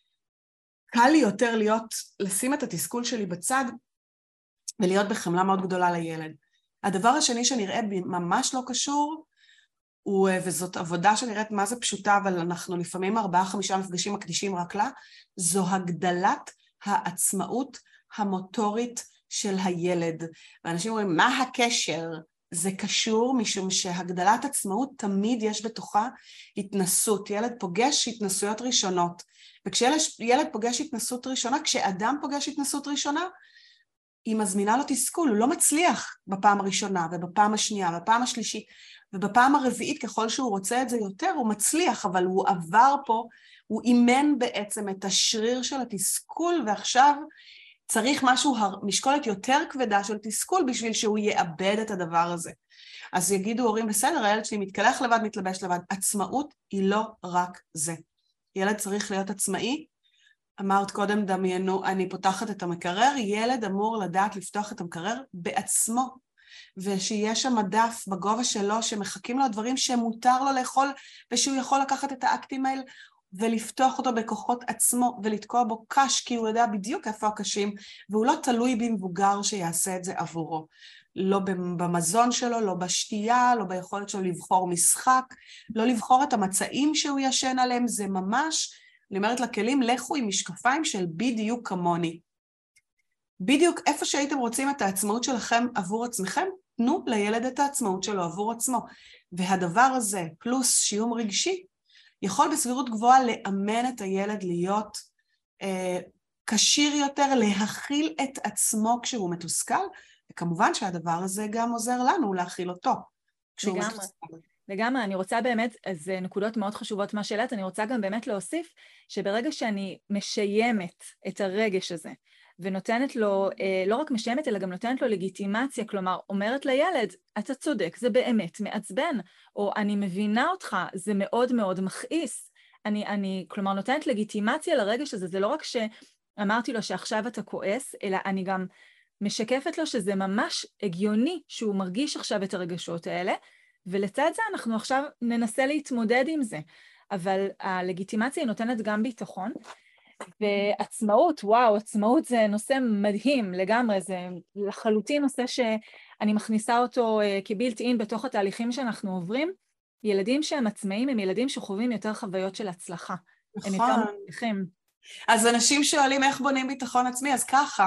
קל לי יותר להיות, לשים את התסכול שלי בצד, ולהיות בחמלה מאוד גדולה לילד. הדבר השני שנראה ממש לא קשור, הוא, וזאת עבודה שנראית מה זה פשוטה, אבל אנחנו לפעמים ארבעה חמישה מפגשים מקדישים רק לה, זו הגדלת העצמאות המוטורית של הילד. ואנשים אומרים, מה הקשר? זה קשור משום שהגדלת עצמאות תמיד יש בתוכה התנסות. ילד פוגש התנסויות ראשונות, וכשילד פוגש התנסות ראשונה, כשאדם פוגש התנסות ראשונה, היא מזמינה לו תסכול, הוא לא מצליח בפעם הראשונה ובפעם השנייה ובפעם השלישית, ובפעם הרביעית ככל שהוא רוצה את זה יותר, הוא מצליח, אבל הוא עבר פה, הוא אימן בעצם את השריר של התסכול, ועכשיו צריך משהו, משקולת יותר כבדה של תסכול, בשביל שהוא יאבד את הדבר הזה. אז יגידו הורים, בסדר, הילד שלי מתקלח לבד, מתלבש לבד. עצמאות היא לא רק זה. ילד צריך להיות עצמאי. אמרת קודם, דמיינו, אני פותחת את המקרר, ילד אמור לדעת לפתוח את המקרר בעצמו, ושיש שם מדף בגובה שלו, שמחכים לו דברים שמותר לו לאכול, ושהוא יכול לקחת את האקטים האלה, ולפתוח אותו בכוחות עצמו, ולתקוע בו קש, כי הוא יודע בדיוק איפה הקשים, והוא לא תלוי במבוגר שיעשה את זה עבורו. לא במזון שלו, לא בשתייה, לא ביכולת שלו לבחור משחק, לא לבחור את המצעים שהוא ישן עליהם, זה ממש, אני אומרת לכלים, לכו עם משקפיים של בדיוק כמוני. בדיוק איפה שהייתם רוצים את העצמאות שלכם עבור עצמכם, תנו לילד את העצמאות שלו עבור עצמו. והדבר הזה, פלוס שיום רגשי, יכול בסבירות גבוהה לאמן את הילד להיות אה, קשיר יותר, להכיל את עצמו כשהוא מתוסכל, וכמובן שהדבר הזה גם עוזר לנו להכיל אותו כשהוא לגמרי. מתוסכל. לגמרי, אני רוצה באמת, אז נקודות מאוד חשובות מה שאלת, אני רוצה גם באמת להוסיף שברגע שאני משיימת את הרגש הזה, ונותנת לו, לא רק משיימת, אלא גם נותנת לו לגיטימציה, כלומר, אומרת לילד, אתה צודק, זה באמת מעצבן, או אני מבינה אותך, זה מאוד מאוד מכעיס. אני, אני, כלומר, נותנת לגיטימציה לרגש הזה, זה לא רק שאמרתי לו שעכשיו אתה כועס, אלא אני גם משקפת לו שזה ממש הגיוני שהוא מרגיש עכשיו את הרגשות האלה, ולצד זה אנחנו עכשיו ננסה להתמודד עם זה. אבל הלגיטימציה היא נותנת גם ביטחון, ועצמאות, וואו, עצמאות זה נושא מדהים לגמרי, זה לחלוטין נושא שאני מכניסה אותו כבילט אין בתוך התהליכים שאנחנו עוברים. ילדים שהם עצמאים הם ילדים שחווים יותר חוויות של הצלחה. נכון. הם יותר מצליחים. אז אנשים שואלים איך בונים ביטחון עצמי, אז ככה,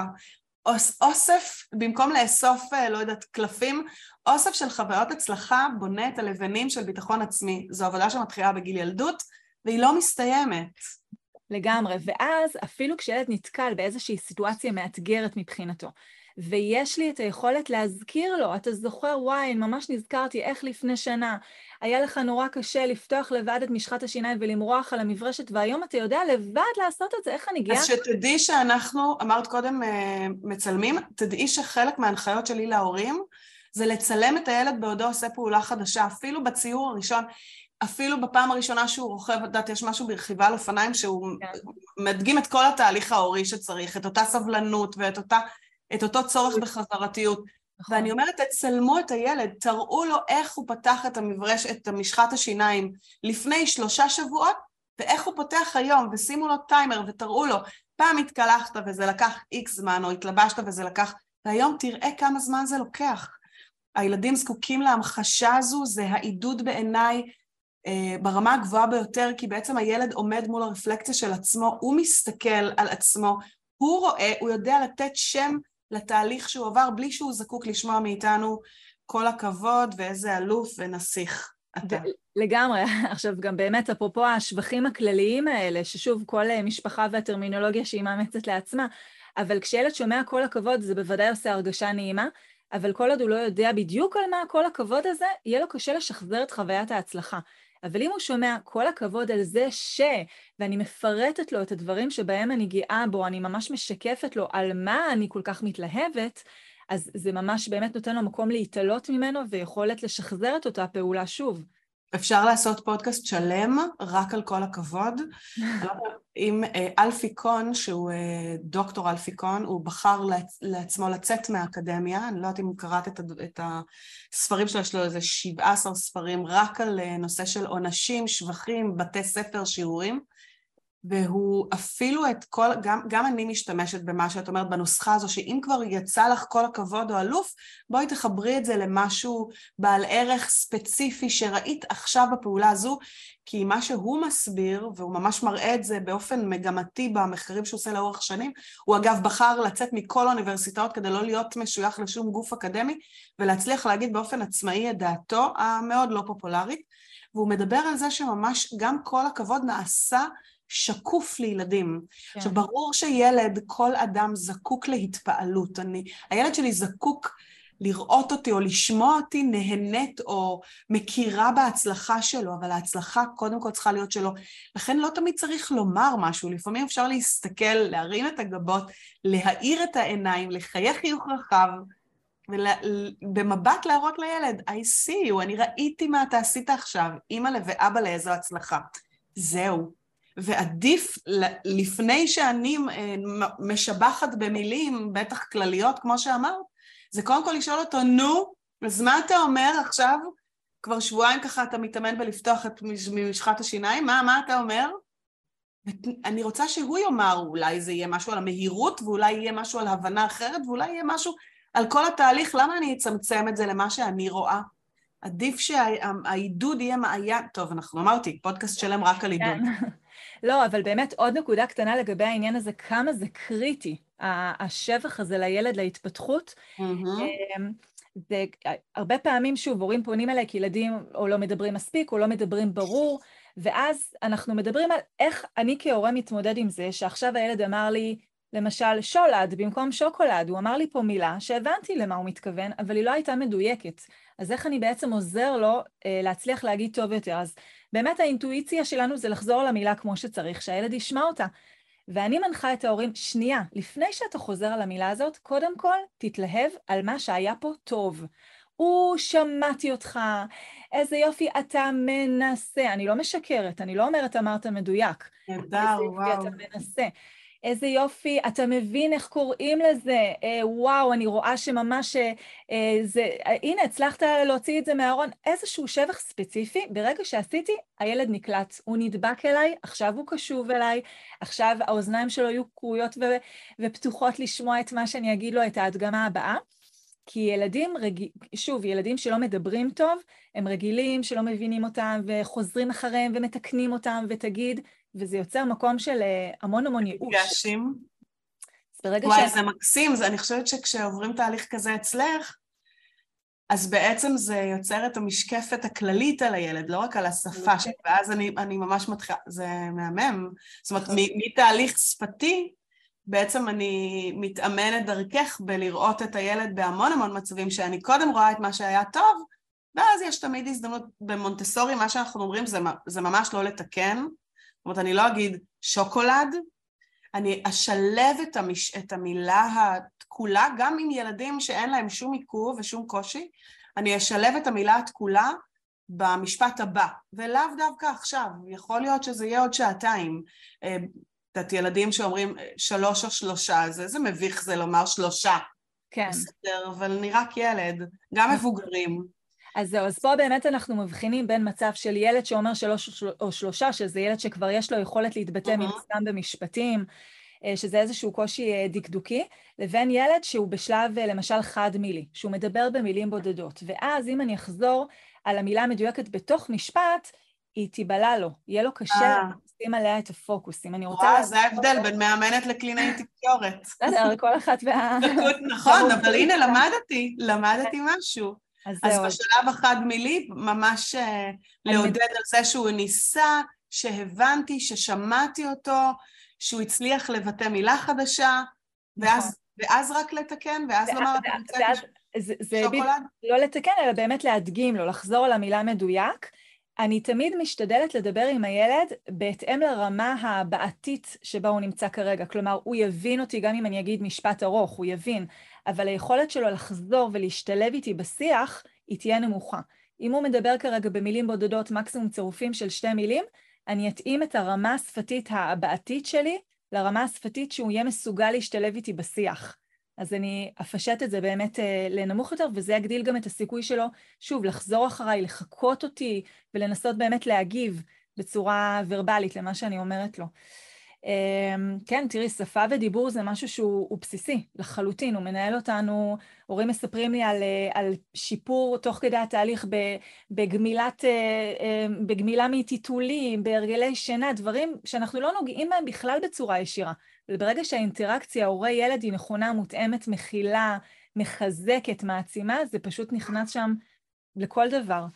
אוסף, במקום לאסוף, לא יודעת, קלפים, אוסף של חוויות הצלחה בונה את הלבנים של ביטחון עצמי. זו עבודה שמתחילה בגיל ילדות, והיא לא מסתיימת. לגמרי, ואז אפילו כשילד נתקל באיזושהי סיטואציה מאתגרת מבחינתו, ויש לי את היכולת להזכיר לו, אתה זוכר, וואי, ממש נזכרתי איך לפני שנה, היה לך נורא קשה לפתוח לבד את משחת השיניים ולמרוח על המברשת, והיום אתה יודע לבד לעשות את זה, איך אני גאה? אז שתדעי שאנחנו, אמרת קודם, מצלמים, תדעי שחלק מההנחיות שלי להורים, זה לצלם את הילד בעודו עושה פעולה חדשה, אפילו בציור הראשון, אפילו בפעם הראשונה שהוא רוכב, יודעת, יש משהו ברכיבה על אופניים שהוא מדגים את כל התהליך ההורי שצריך, את אותה סבלנות ואת אותה, את אותו צורך בחזרתיות. ואני אומרת, תצלמו את הילד, תראו לו איך הוא פתח את המברש, את משחת השיניים לפני שלושה שבועות, ואיך הוא פותח היום, ושימו לו טיימר ותראו לו, פעם התקלחת וזה לקח איקס זמן, או התלבשת וזה לקח, והיום תראה כמה זמן זה לוקח. הילדים זקוקים להמחשה הזו, זה העידוד בעיניי, ברמה הגבוהה ביותר, כי בעצם הילד עומד מול הרפלקציה של עצמו, הוא מסתכל על עצמו, הוא רואה, הוא יודע לתת שם לתהליך שהוא עבר, בלי שהוא זקוק לשמוע מאיתנו כל הכבוד ואיזה אלוף ונסיך אתה. לגמרי, עכשיו גם באמת אפרופו השבחים הכלליים האלה, ששוב כל משפחה והטרמינולוגיה שהיא מאמצת לעצמה, אבל כשילד שומע כל הכבוד זה בוודאי עושה הרגשה נעימה, אבל כל עוד הוא לא יודע בדיוק על מה כל הכבוד הזה, יהיה לו קשה לשחזר את חוויית ההצלחה. אבל אם הוא שומע כל הכבוד על זה ש, ואני מפרטת לו את הדברים שבהם אני גאה בו, אני ממש משקפת לו על מה אני כל כך מתלהבת, אז זה ממש באמת נותן לו מקום להתעלות ממנו, ויכולת לשחזר את אותה פעולה שוב. אפשר לעשות פודקאסט שלם, רק על כל הכבוד. עם אלפיקון, שהוא דוקטור אלפיקון, הוא בחר לעצמו לצאת מהאקדמיה, אני לא יודעת אם קראת את הספרים שלו, יש לו איזה שבעה עשר ספרים, רק על נושא של עונשים, שבחים, בתי ספר, שיעורים, והוא אפילו את כל, גם, גם אני משתמשת במה שאת אומרת בנוסחה הזו, שאם כבר יצא לך כל הכבוד או אלוף, בואי תחברי את זה למשהו בעל ערך ספציפי שראית עכשיו בפעולה הזו, כי מה שהוא מסביר, והוא ממש מראה את זה באופן מגמתי במחקרים שהוא עושה לאורך שנים, הוא אגב בחר לצאת מכל האוניברסיטאות כדי לא להיות משוייך לשום גוף אקדמי, ולהצליח להגיד באופן עצמאי את דעתו המאוד לא פופולרית, והוא מדבר על זה שממש גם כל הכבוד נעשה שקוף לילדים. כן. עכשיו, ברור שילד, כל אדם זקוק להתפעלות. אני, הילד שלי זקוק לראות אותי או לשמוע אותי נהנית או מכירה בהצלחה שלו, אבל ההצלחה קודם כל צריכה להיות שלו. לכן לא תמיד צריך לומר משהו, לפעמים אפשר להסתכל, להרים את הגבות, להאיר את העיניים, לחייך חיוך רחב, ובמבט להראות לילד, I see you, אני ראיתי מה אתה עשית עכשיו, אמא ואבא לאיזו הצלחה. זהו. ועדיף לפני שאני משבחת במילים, בטח כלליות כמו שאמרת, זה קודם כל לשאול אותו, נו, אז מה אתה אומר עכשיו? כבר שבועיים ככה אתה מתאמן בלפתוח את משחת השיניים, מה, מה אתה אומר? אני רוצה שהוא יאמר, אולי זה יהיה משהו על המהירות, ואולי יהיה משהו על הבנה אחרת, ואולי יהיה משהו על כל התהליך, למה אני אצמצם את זה למה שאני רואה? עדיף שהעידוד יהיה מעיין, טוב, אנחנו אמרתי, פודקאסט שלם רק על עידוד. לא, אבל באמת עוד נקודה קטנה לגבי העניין הזה, כמה זה קריטי, השבח הזה לילד, להתפתחות. זה הרבה פעמים, שוב, הורים פונים אליי, כי ילדים או לא מדברים מספיק, או לא מדברים ברור, ואז אנחנו מדברים על איך אני כהורה מתמודד עם זה, שעכשיו הילד אמר לי, למשל, שולד במקום שוקולד, הוא אמר לי פה מילה שהבנתי למה הוא מתכוון, אבל היא לא הייתה מדויקת. אז איך אני בעצם עוזר לו אה, להצליח להגיד טוב יותר? אז באמת האינטואיציה שלנו זה לחזור למילה כמו שצריך, שהילד ישמע אותה. ואני מנחה את ההורים, שנייה, לפני שאתה חוזר על המילה הזאת, קודם כל תתלהב על מה שהיה פה טוב. הוא שמעתי אותך, איזה יופי אתה מנסה. אני לא משקרת, אני לא אומרת אמרת מדויק. נהדר, וואו. אתה מנסה. איזה יופי, אתה מבין איך קוראים לזה, אה, וואו, אני רואה שממש, אה, זה, הנה, הצלחת להוציא את זה מהארון, איזשהו שבח ספציפי, ברגע שעשיתי, הילד נקלט, הוא נדבק אליי, עכשיו הוא קשוב אליי, עכשיו האוזניים שלו יהיו קרויות ו- ופתוחות לשמוע את מה שאני אגיד לו, את ההדגמה הבאה, כי ילדים, רג... שוב, ילדים שלא מדברים טוב, הם רגילים שלא מבינים אותם וחוזרים אחריהם ומתקנים אותם ותגיד, וזה יוצר מקום של המון המון ייאוש. גשים. ש... וואי, זה מקסים, זה, אני חושבת שכשעוברים תהליך כזה אצלך, אז בעצם זה יוצר את המשקפת הכללית על הילד, לא רק על השפה שלו, ואז אני, אני ממש מתחילה, זה מהמם. זאת אומרת, מתהליך שפתי, בעצם אני מתאמנת דרכך בלראות את הילד בהמון המון מצבים, שאני קודם רואה את מה שהיה טוב, ואז יש תמיד הזדמנות במונטסורי, מה שאנחנו אומרים זה, זה ממש לא לתקן, זאת אומרת, אני לא אגיד שוקולד, אני אשלב את, המש... את המילה התקולה, גם עם ילדים שאין להם שום עיכוב ושום קושי, אני אשלב את המילה התקולה במשפט הבא, ולאו דווקא עכשיו, יכול להיות שזה יהיה עוד שעתיים, את ילדים שאומרים שלוש או שלושה, זה, זה מביך זה לומר שלושה, כן. בסדר, אבל אני רק ילד, גם מבוגרים. אז זהו, אז פה באמת אנחנו מבחינים בין מצב של ילד שאומר שלוש או שלושה, שזה ילד שכבר יש לו יכולת להתבטא מן הסתם במשפטים, שזה איזשהו קושי דקדוקי, לבין ילד שהוא בשלב למשל חד מילי, שהוא מדבר במילים בודדות. ואז אם אני אחזור על המילה המדויקת בתוך משפט, היא תיבלה לו, יהיה לו קשה לשים עליה את הפוקוס. אם אני רוצה... וואו, זה ההבדל בין מאמנת לקלינאי תקשורת. בסדר, כל אחת וה... נכון, אבל הנה, למדתי, למדתי משהו. אז בשלב אחד מילי, ממש לעודד על זה שהוא ניסה, שהבנתי, ששמעתי אותו, שהוא הצליח לבטא מילה חדשה, ואז רק לתקן, ואז לומר, שוקולד? לא לתקן, אלא באמת להדגים לו, לחזור על המילה מדויק. אני תמיד משתדלת לדבר עם הילד בהתאם לרמה הבעתית שבה הוא נמצא כרגע. כלומר, הוא יבין אותי גם אם אני אגיד משפט ארוך, הוא יבין, אבל היכולת שלו לחזור ולהשתלב איתי בשיח, היא תהיה נמוכה. אם הוא מדבר כרגע במילים בודדות, מקסימום צירופים של שתי מילים, אני אתאים את הרמה השפתית הבעתית שלי, לרמה השפתית שהוא יהיה מסוגל להשתלב איתי בשיח. אז אני אפשט את זה באמת לנמוך יותר, וזה יגדיל גם את הסיכוי שלו, שוב, לחזור אחריי, לחכות אותי, ולנסות באמת להגיב בצורה ורבלית למה שאני אומרת לו. כן, תראי, שפה ודיבור זה משהו שהוא בסיסי, לחלוטין, הוא מנהל אותנו, הורים מספרים לי על, על שיפור תוך כדי התהליך בגמילת, בגמילה מטיטולים, בהרגלי שינה, דברים שאנחנו לא נוגעים בהם בכלל בצורה ישירה. וברגע שהאינטראקציה הורי-ילד היא נכונה, מותאמת, מכילה, מחזקת, מעצימה, זה פשוט נכנס שם לכל דבר.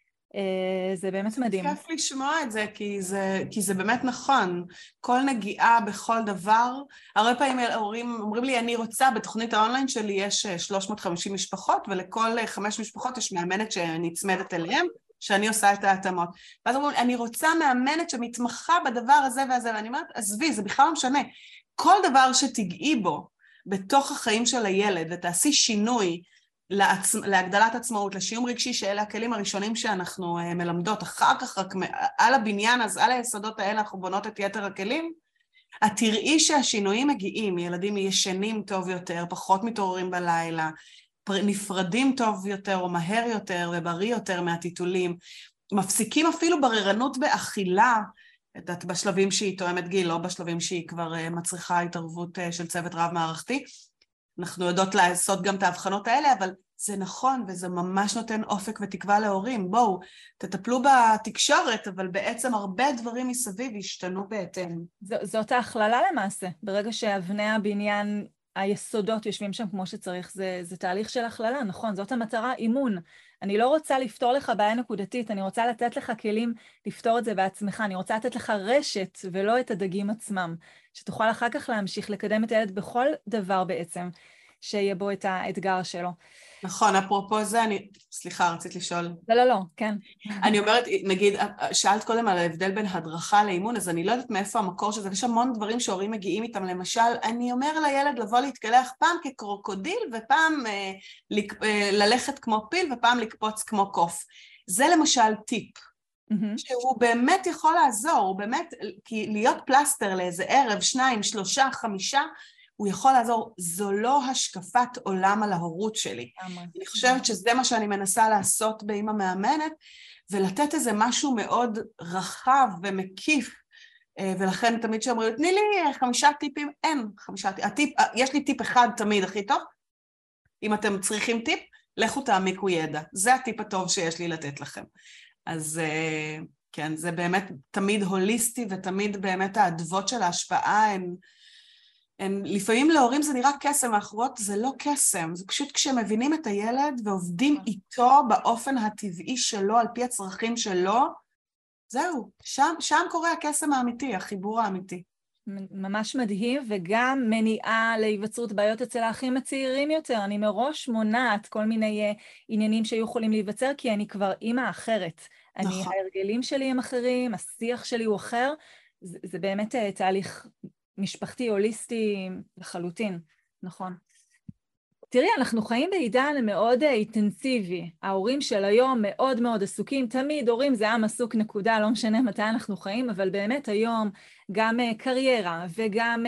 זה באמת מדהים. כיף לשמוע את זה, כי זה, כי זה באמת נכון. כל נגיעה בכל דבר, הרבה פעמים ההורים אומרים לי, אני רוצה, בתוכנית האונליין שלי יש שלוש מאות וחמישים משפחות, ולכל חמש משפחות יש מאמנת שנצמדת אליהם, שאני עושה את ההתאמות. ואז אומרים, אני רוצה מאמנת שמתמחה בדבר הזה והזה, ואני אומרת, עזבי, זה בכלל לא משנה. כל דבר שתגעי בו בתוך החיים של הילד, ותעשי שינוי, לעצ... להגדלת עצמאות, לשיום רגשי, שאלה הכלים הראשונים שאנחנו uh, מלמדות, אחר כך רק על הבניין, אז על היסודות האלה אנחנו בונות את יתר הכלים, את תראי שהשינויים מגיעים, ילדים ישנים טוב יותר, פחות מתעוררים בלילה, נפרדים טוב יותר או מהר יותר ובריא יותר מהטיטולים, מפסיקים אפילו בררנות באכילה, את בשלבים שהיא תואמת גיל, לא בשלבים שהיא כבר uh, מצריכה התערבות uh, של צוות רב מערכתי, אנחנו יודעות לעשות גם את ההבחנות האלה, אבל זה נכון, וזה ממש נותן אופק ותקווה להורים. בואו, תטפלו בתקשורת, אבל בעצם הרבה דברים מסביב ישתנו בהתאם. ז- זאת ההכללה למעשה. ברגע שאבני הבניין, היסודות יושבים שם כמו שצריך, זה, זה תהליך של הכללה, נכון, זאת המטרה, אימון. אני לא רוצה לפתור לך בעיה נקודתית, אני רוצה לתת לך כלים לפתור את זה בעצמך, אני רוצה לתת לך רשת ולא את הדגים עצמם, שתוכל אחר כך להמשיך לקדם את הילד בכל דבר בעצם, שיהיה בו את האתגר שלו. נכון, אפרופו זה, אני, סליחה, רצית לשאול. לא, לא, לא, כן. אני אומרת, נגיד, שאלת קודם על ההבדל בין הדרכה לאימון, אז אני לא יודעת מאיפה המקור שזה, יש המון דברים שהורים מגיעים איתם, למשל, אני אומר לילד לבוא להתקלח פעם כקרוקודיל, ופעם אה, לק, אה, ללכת כמו פיל, ופעם לקפוץ כמו קוף. זה למשל טיפ. שהוא באמת יכול לעזור, הוא באמת, כי להיות פלסטר לאיזה ערב, שניים, שלושה, חמישה, הוא יכול לעזור, זו לא השקפת עולם על ההורות שלי. אני חושבת שזה מה שאני מנסה לעשות באמא מאמנת, ולתת איזה משהו מאוד רחב ומקיף, ולכן תמיד שאומרים, תני לי חמישה טיפים, אין חמישה טיפים, יש לי טיפ אחד תמיד הכי טוב, אם אתם צריכים טיפ, לכו תעמיקו ידע, זה הטיפ הטוב שיש לי לתת לכם. אז כן, זה באמת תמיד הוליסטי, ותמיד באמת העדבות של ההשפעה הן, הן לפעמים להורים זה נראה קסם, האחרות זה לא קסם, זה פשוט כשמבינים את הילד ועובדים איתו באופן הטבעי שלו, על פי הצרכים שלו, זהו, שם, שם קורה הקסם האמיתי, החיבור האמיתי. ממש מדהים, וגם מניעה להיווצרות בעיות אצל האחים הצעירים יותר. אני מראש מונעת כל מיני uh, עניינים שהיו יכולים להיווצר, כי אני כבר אימא אחרת. נכון. אני, ההרגלים שלי הם אחרים, השיח שלי הוא אחר. זה, זה באמת uh, תהליך משפחתי, הוליסטי לחלוטין, נכון. תראי, אנחנו חיים בעידן מאוד אינטנסיבי. ההורים של היום מאוד מאוד עסוקים, תמיד הורים זה עם עסוק נקודה, לא משנה מתי אנחנו חיים, אבל באמת היום גם קריירה וגם,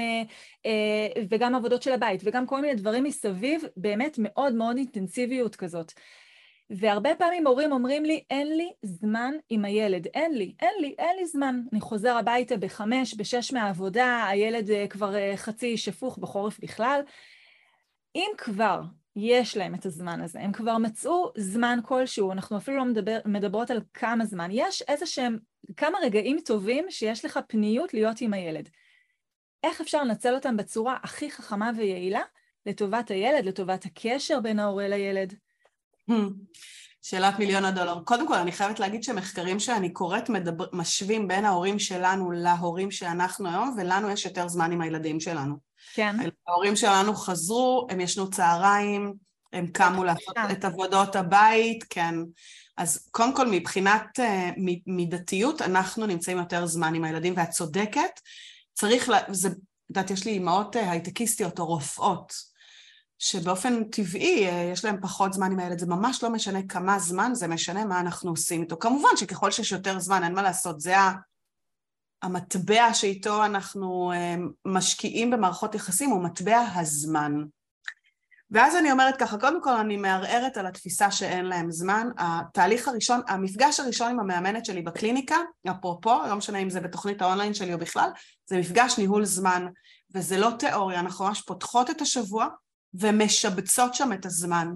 וגם עבודות של הבית וגם כל מיני דברים מסביב, באמת מאוד מאוד אינטנסיביות כזאת. והרבה פעמים הורים אומרים לי, אין לי זמן עם הילד, אין לי, אין לי, אין לי זמן. אני חוזר הביתה בחמש, בשש מהעבודה, הילד כבר חצי שפוך בחורף בכלל, אם כבר יש להם את הזמן הזה, הם כבר מצאו זמן כלשהו, אנחנו אפילו לא מדבר, מדברות על כמה זמן, יש איזה שהם, כמה רגעים טובים שיש לך פניות להיות עם הילד. איך אפשר לנצל אותם בצורה הכי חכמה ויעילה לטובת הילד, לטובת הקשר בין ההורה לילד? שאלת מיליון הדולר. קודם כל, אני חייבת להגיד שמחקרים שאני קוראת מדבר, משווים בין ההורים שלנו להורים שאנחנו היום, ולנו יש יותר זמן עם הילדים שלנו. כן. ההורים שלנו חזרו, הם ישנו צהריים, הם קמו לעשות את עבודות הבית, כן. אז קודם כל, מבחינת uh, מידתיות, אנחנו נמצאים יותר זמן עם הילדים, ואת צודקת, צריך, לה, זה, יודעת, יש לי אימהות הייטקיסטיות או רופאות, שבאופן טבעי יש להם פחות זמן עם הילד, זה ממש לא משנה כמה זמן, זה משנה מה אנחנו עושים איתו. כמובן שככל שיש יותר זמן, אין מה לעשות, זה המטבע שאיתו אנחנו משקיעים במערכות יחסים, הוא מטבע הזמן. ואז אני אומרת ככה, קודם כל אני מערערת על התפיסה שאין להם זמן, התהליך הראשון, המפגש הראשון עם המאמנת שלי בקליניקה, אפרופו, לא משנה אם זה בתוכנית האונליין שלי או בכלל, זה מפגש ניהול זמן, וזה לא תיאוריה, אנחנו ממש פותחות את השבוע, ומשבצות שם את הזמן,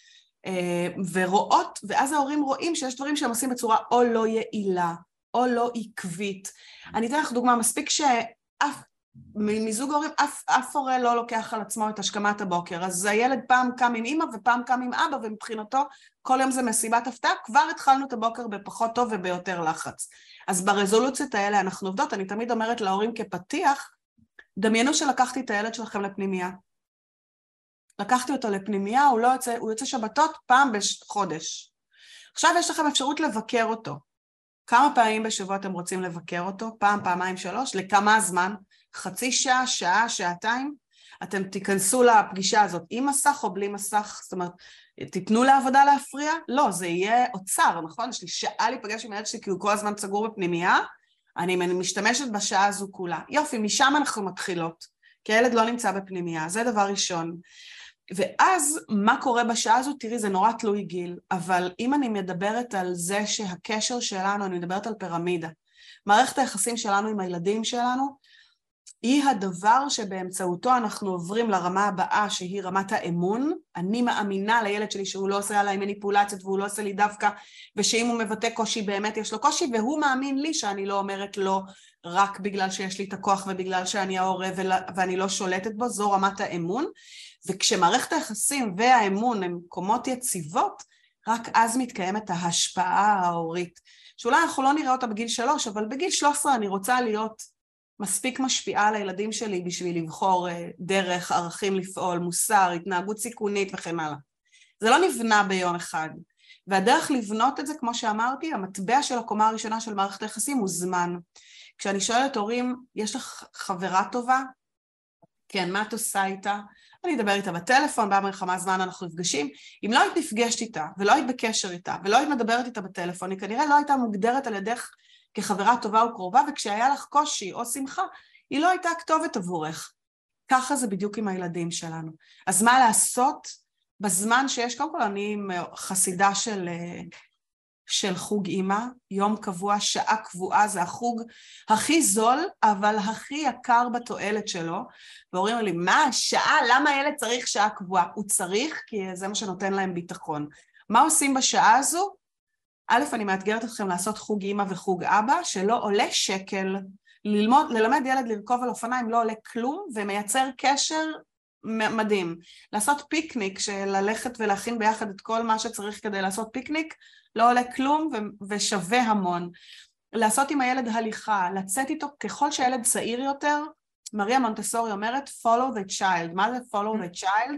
ורואות, ואז ההורים רואים שיש דברים שהם עושים בצורה או לא יעילה, או לא עקבית. אני אתן לך דוגמה, מספיק שאף, מזוג ההורים, אף, אף הורה לא לוקח על עצמו את השכמת הבוקר, אז הילד פעם קם עם אמא ופעם קם עם אבא, ומבחינתו כל יום זה מסיבת הפתעה, כבר התחלנו את הבוקר בפחות טוב וביותר לחץ. אז ברזולוציות האלה אנחנו עובדות, אני תמיד אומרת להורים כפתיח, דמיינו שלקחתי את הילד שלכם לפנימייה, לקחתי אותו לפנימייה, הוא לא יוצא, הוא יוצא שבתות פעם בחודש. עכשיו יש לכם אפשרות לבקר אותו. כמה פעמים בשבוע אתם רוצים לבקר אותו? פעם, פעמיים, שלוש? לכמה זמן? חצי שעה, שעה, שעתיים? אתם תיכנסו לפגישה הזאת עם מסך או בלי מסך? זאת אומרת, תיתנו לעבודה להפריע? לא, זה יהיה אוצר, נכון? יש לי שעה להיפגש עם הילד שלי, כי הוא כל הזמן סגור בפנימייה, אני משתמשת בשעה הזו כולה. יופי, משם אנחנו מתחילות, כי הילד לא נמצא בפנימייה, זה דבר ראשון. ואז מה קורה בשעה הזו? תראי, זה נורא תלוי גיל, אבל אם אני מדברת על זה שהקשר שלנו, אני מדברת על פירמידה, מערכת היחסים שלנו עם הילדים שלנו, היא הדבר שבאמצעותו אנחנו עוברים לרמה הבאה, שהיא רמת האמון. אני מאמינה לילד שלי שהוא לא עושה עליי מניפולציות, והוא לא עושה לי דווקא, ושאם הוא מבטא קושי, באמת יש לו קושי, והוא מאמין לי שאני לא אומרת לו רק בגלל שיש לי את הכוח, ובגלל שאני ההורה ואני לא שולטת בו, זו רמת האמון. וכשמערכת היחסים והאמון הם מקומות יציבות, רק אז מתקיימת ההשפעה ההורית, שאולי אנחנו לא נראה אותה בגיל שלוש, אבל בגיל שלוש עשרה אני רוצה להיות מספיק משפיעה על הילדים שלי בשביל לבחור דרך, ערכים לפעול, מוסר, התנהגות סיכונית וכן הלאה. זה לא נבנה ביום אחד. והדרך לבנות את זה, כמו שאמרתי, המטבע של הקומה הראשונה של מערכת היחסים הוא זמן. כשאני שואלת הורים, יש לך חברה טובה? כן, מה את עושה איתה? אני אדבר איתה בטלפון, בערך כמה זמן אנחנו נפגשים. אם לא היית נפגשת איתה, ולא היית בקשר איתה, ולא היית מדברת איתה בטלפון, היא כנראה לא הייתה מוגדרת על ידך כחברה טובה וקרובה, וכשהיה לך קושי או שמחה, היא לא הייתה כתובת עבורך. ככה זה בדיוק עם הילדים שלנו. אז מה לעשות בזמן שיש, קודם כל אני חסידה של, של חוג אמא, יום קבוע, שעה קבועה, זה החוג הכי זול, אבל הכי יקר בתועלת שלו, והורים לי, מה, שעה? למה הילד צריך שעה קבועה? הוא צריך, כי זה מה שנותן להם ביטחון. מה עושים בשעה הזו? א', אני מאתגרת אתכם לעשות חוג אמא וחוג אבא, שלא עולה שקל, ללמוד, ללמד ילד לרכוב על אופניים לא עולה כלום, ומייצר קשר מדהים. לעשות פיקניק, שללכת ולהכין ביחד את כל מה שצריך כדי לעשות פיקניק, לא עולה כלום ושווה המון. לעשות עם הילד הליכה, לצאת איתו ככל שהילד צעיר יותר, מריה מונטסורי אומרת, follow the child. מה זה follow the child?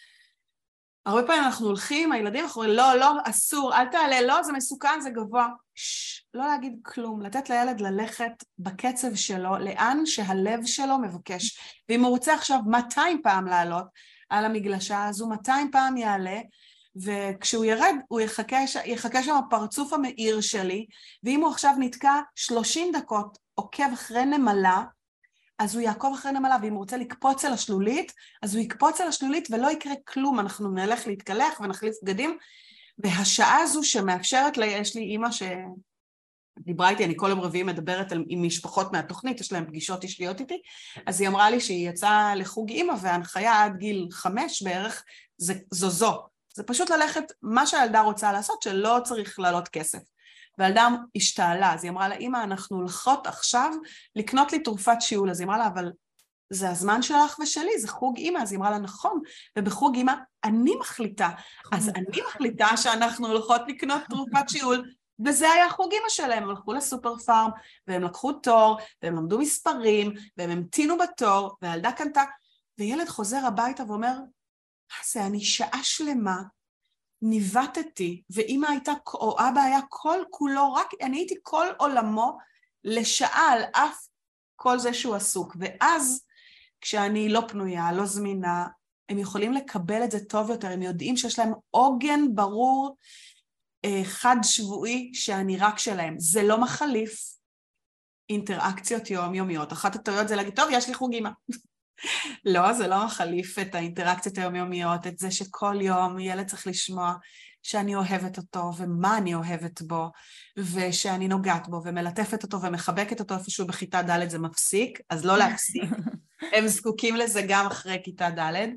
הרבה פעמים אנחנו הולכים, הילדים אנחנו אומרים, לא, לא, אסור, אל תעלה, לא, זה מסוכן, זה גבוה. שש, לא להגיד כלום, לתת לילד ללכת בקצב שלו, לאן שהלב שלו מבקש. ואם הוא רוצה עכשיו מאתיים פעם לעלות על המגלשה הזו, מאתיים פעם יעלה, וכשהוא ירד, הוא יחכה, יחכה שם הפרצוף המאיר שלי, ואם הוא עכשיו נתקע שלושים דקות עוקב אחרי נמלה, אז הוא יעקוב אחרי נמלה, ואם הוא רוצה לקפוץ על השלולית, אז הוא יקפוץ על השלולית ולא יקרה כלום, אנחנו נלך להתקלח ונחליף בגדים, והשעה הזו שמאפשרת לי, יש לי אימא שדיברה איתי, אני כל יום רביעי מדברת על, עם משפחות מהתוכנית, יש להם פגישות אישיות איתי, אז היא אמרה לי שהיא יצאה לחוג אימא, וההנחיה עד גיל חמש בערך, זה, זו זו. זה פשוט ללכת מה שהילדה רוצה לעשות, שלא צריך לעלות כסף. והילדה השתעלה, אז היא אמרה לה, אמא, אנחנו הולכות עכשיו לקנות לי תרופת שיעול, אז היא אמרה לה, אבל זה הזמן שלך ושלי, זה חוג אמא, אז היא אמרה לה, נכון, ובחוג אמא אני מחליטה, אז אני מחליטה שאנחנו הולכות לקנות תרופת שיעול, וזה היה חוג אמא שלהם, הם הלכו לסופר פארם, והם לקחו תור, והם למדו מספרים, והם המתינו בתור, והילדה קנתה, וילד חוזר הביתה ואומר, זה אני שעה שלמה, ניווטתי, ואמא הייתה, או אבא היה כל כולו, רק אני הייתי כל עולמו לשעה על אף כל זה שהוא עסוק, ואז כשאני לא פנויה, לא זמינה, הם יכולים לקבל את זה טוב יותר, הם יודעים שיש להם עוגן ברור, חד שבועי, שאני רק שלהם. זה לא מחליף אינטראקציות יומיומיות. אחת הטעויות זה להגיד, טוב, יש לי חוג אמא. לא, זה לא מחליף את האינטראקציות היומיומיות, את זה שכל יום ילד צריך לשמוע שאני אוהבת אותו ומה אני אוהבת בו, ושאני נוגעת בו ומלטפת אותו ומחבקת אותו איפשהו בכיתה ד' זה מפסיק, אז לא להפסיק, הם זקוקים לזה גם אחרי כיתה ד',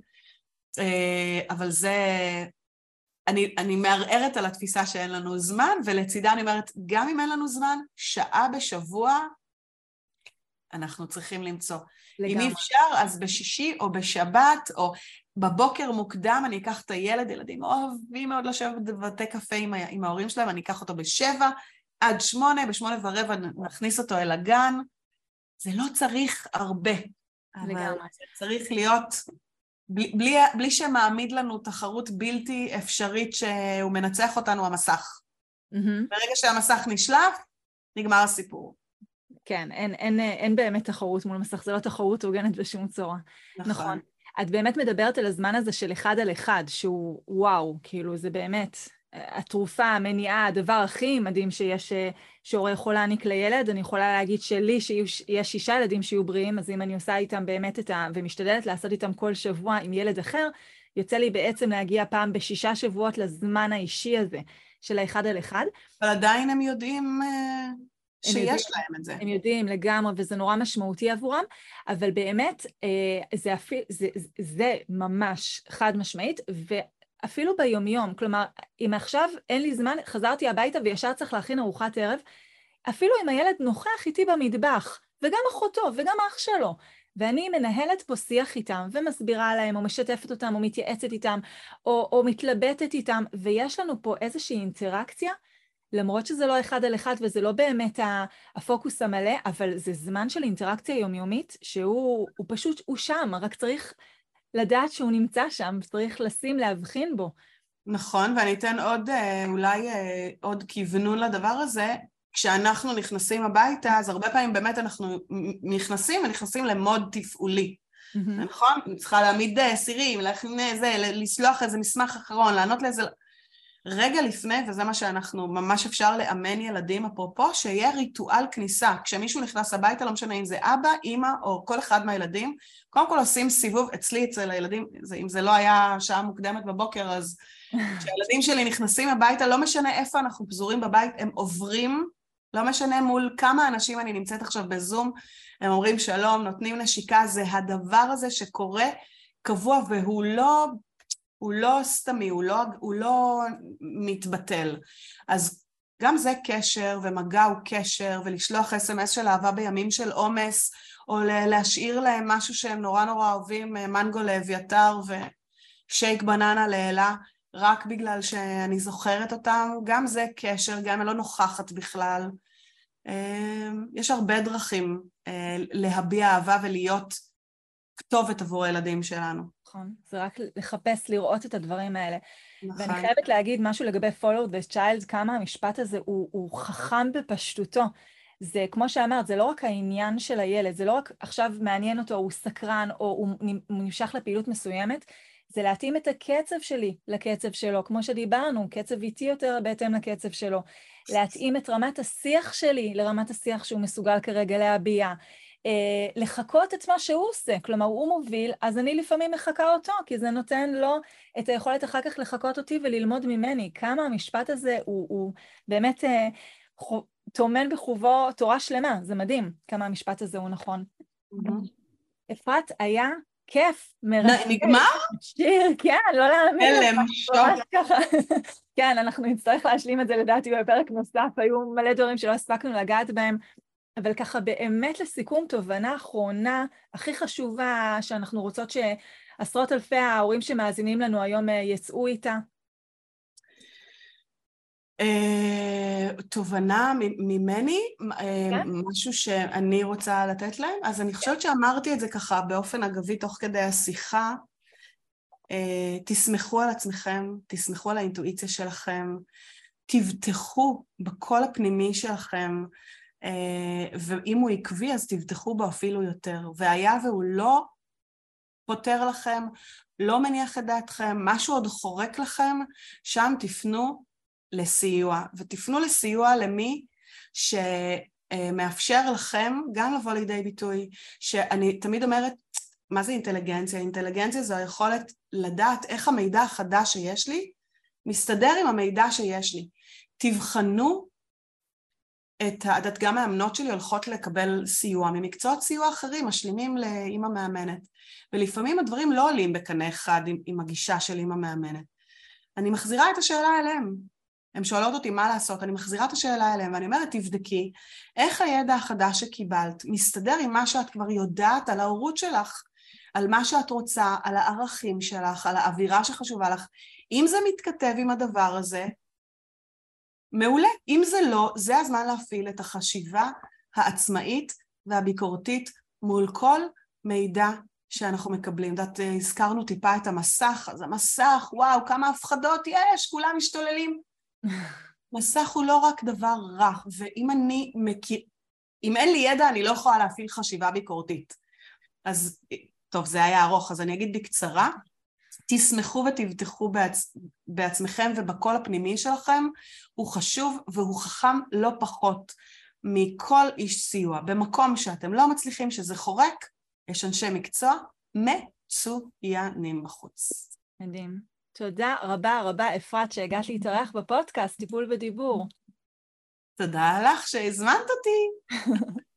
אבל זה, אני, אני מערערת על התפיסה שאין לנו זמן, ולצידה אני אומרת, גם אם אין לנו זמן, שעה בשבוע, אנחנו צריכים למצוא. לגמרי. אם אי אפשר, אז בשישי או בשבת, או בבוקר מוקדם, אני אקח את הילד, ילדים אוהבים מאוד לשבת בבתי קפה עם, עם ההורים שלהם, אני אקח אותו בשבע, עד שמונה, בשמונה ורבע נכניס אותו אל הגן. זה לא צריך הרבה, לגמרי. אבל צריך להיות, בלי, בלי, בלי שמעמיד לנו תחרות בלתי אפשרית שהוא מנצח אותנו המסך. Mm-hmm. ברגע שהמסך נשלף, נגמר הסיפור. כן, אין, אין, אין באמת תחרות מול מסך, זה לא תחרות הוגנת בשום צורה. נכון. נכון. את באמת מדברת על הזמן הזה של אחד על אחד, שהוא וואו, כאילו זה באמת, התרופה, המניעה, הדבר הכי מדהים שיש, שהורה יכול להעניק לילד, אני יכולה להגיד שלי שיש שישה ילדים שיהיו בריאים, אז אם אני עושה איתם באמת את ה... ומשתדלת לעשות איתם כל שבוע עם ילד אחר, יוצא לי בעצם להגיע פעם בשישה שבועות לזמן האישי הזה, של האחד על אחד. אבל עדיין הם יודעים... שיש יודעים, להם את זה. הם יודעים לגמרי, וזה נורא משמעותי עבורם, אבל באמת זה, אפילו, זה, זה ממש חד משמעית, ואפילו ביומיום, כלומר, אם עכשיו אין לי זמן, חזרתי הביתה וישר צריך להכין ארוחת ערב, אפילו אם הילד נוכח איתי במטבח, וגם אחותו וגם אח שלו, ואני מנהלת פה שיח איתם, ומסבירה להם, או משתפת אותם, או מתייעצת איתם, או, או מתלבטת איתם, ויש לנו פה איזושהי אינטראקציה, למרות שזה לא אחד על אחד, וזה לא באמת הפוקוס המלא, אבל זה זמן של אינטראקציה יומיומית, שהוא הוא פשוט, הוא שם, רק צריך לדעת שהוא נמצא שם, צריך לשים, להבחין בו. נכון, ואני אתן עוד, אולי עוד כיוונון לדבר הזה, כשאנחנו נכנסים הביתה, אז הרבה פעמים באמת אנחנו נכנסים, ונכנסים למוד תפעולי. נכון? אני צריכה להעמיד סירים, לסלוח איזה מסמך אחרון, לענות לאיזה... רגע לפני, וזה מה שאנחנו ממש אפשר לאמן ילדים, אפרופו, שיהיה ריטואל כניסה. כשמישהו נכנס הביתה, לא משנה אם זה אבא, אמא או כל אחד מהילדים, קודם כל עושים סיבוב אצלי, אצל הילדים, אם זה לא היה שעה מוקדמת בבוקר, אז כשהילדים שלי נכנסים הביתה, לא משנה איפה אנחנו פזורים בבית, הם עוברים, לא משנה מול כמה אנשים אני נמצאת עכשיו בזום, הם אומרים שלום, נותנים נשיקה, זה הדבר הזה שקורה קבוע, והוא לא... הוא לא סתמי, הוא לא, הוא לא מתבטל. אז גם זה קשר, ומגע הוא קשר, ולשלוח אס אם אס של אהבה בימים של עומס, או להשאיר להם משהו שהם נורא נורא אוהבים, מנגו לאביתר ושייק בננה לאלה, רק בגלל שאני זוכרת אותם, גם זה קשר, גם אני לא נוכחת בכלל. יש הרבה דרכים להביע אהבה ולהיות כתובת עבור הילדים שלנו. נכון, זה רק לחפש, לראות את הדברים האלה. נכון. ואני חייבת להגיד משהו לגבי followed the child, כמה המשפט הזה הוא, הוא חכם בפשטותו. זה, כמו שאמרת, זה לא רק העניין של הילד, זה לא רק עכשיו מעניין אותו, הוא סקרן, או הוא נמשך לפעילות מסוימת, זה להתאים את הקצב שלי לקצב שלו, כמו שדיברנו, קצב איטי יותר בהתאם לקצב שלו. להתאים את רמת השיח שלי לרמת השיח שהוא מסוגל כרגע להביע. לחכות את מה שהוא עושה, כלומר הוא מוביל, אז אני לפעמים מחכה אותו, כי זה נותן לו את היכולת אחר כך לחכות אותי וללמוד ממני. כמה המשפט הזה הוא, הוא באמת תומן בחובו תורה שלמה, זה מדהים כמה המשפט הזה הוא נכון. אפרת, היה כיף, מרתק. נגמר? שיר, כן, לא להאמין. אלם, שטוף. כן, אנחנו נצטרך להשלים את זה לדעתי בפרק נוסף, היו מלא דברים שלא הספקנו לגעת בהם, אבל ככה באמת לסיכום תובנה אחרונה, הכי חשובה שאנחנו רוצות שעשרות אלפי ההורים שמאזינים לנו היום יצאו איתה. תובנה ממני, משהו שאני רוצה לתת להם, אז אני חושבת שאמרתי את זה ככה באופן אגבי תוך כדי השיחה, תסמכו על עצמכם, תסמכו על האינטואיציה שלכם, תבטחו בקול הפנימי שלכם, ואם הוא עקבי אז תבטחו בו אפילו יותר, והיה והוא לא פותר לכם, לא מניח את דעתכם, משהו עוד חורק לכם, שם תפנו לסיוע, ותפנו לסיוע למי שמאפשר לכם גם לבוא לידי ביטוי, שאני תמיד אומרת, מה זה אינטליגנציה? אינטליגנציה זו היכולת לדעת איך המידע החדש שיש לי, מסתדר עם המידע שיש לי. תבחנו את, את גם האמנות שלי הולכות לקבל סיוע, ממקצועות סיוע אחרים, משלימים לאמא מאמנת, ולפעמים הדברים לא עולים בקנה אחד עם, עם הגישה של אמא מאמנת. אני מחזירה את השאלה אליהם, הם שואלות אותי מה לעשות, אני מחזירה את השאלה אליהם, ואני אומרת, תבדקי, איך הידע החדש שקיבלת מסתדר עם מה שאת כבר יודעת על ההורות שלך, על מה שאת רוצה, על הערכים שלך, על האווירה שחשובה לך, אם זה מתכתב עם הדבר הזה, מעולה. אם זה לא, זה הזמן להפעיל את החשיבה העצמאית והביקורתית מול כל מידע שאנחנו מקבלים. דעת, הזכרנו טיפה את המסך, אז המסך, וואו, כמה הפחדות יש, כולם משתוללים. מסך הוא לא רק דבר רע, ואם אני מכיר, אם אין לי ידע, אני לא יכולה להפעיל חשיבה ביקורתית. אז, טוב, זה היה ארוך, אז אני אגיד בקצרה, תסמכו ותבטחו בעצ... בעצמכם ובקול הפנימי שלכם, הוא חשוב והוא חכם לא פחות מכל איש סיוע. במקום שאתם לא מצליחים שזה חורק, יש אנשי מקצוע מצוינים בחוץ. מדהים. תודה רבה רבה אפרת שהגעת להתארח בפודקאסט טיפול בדיבור. תודה לך שהזמנת אותי.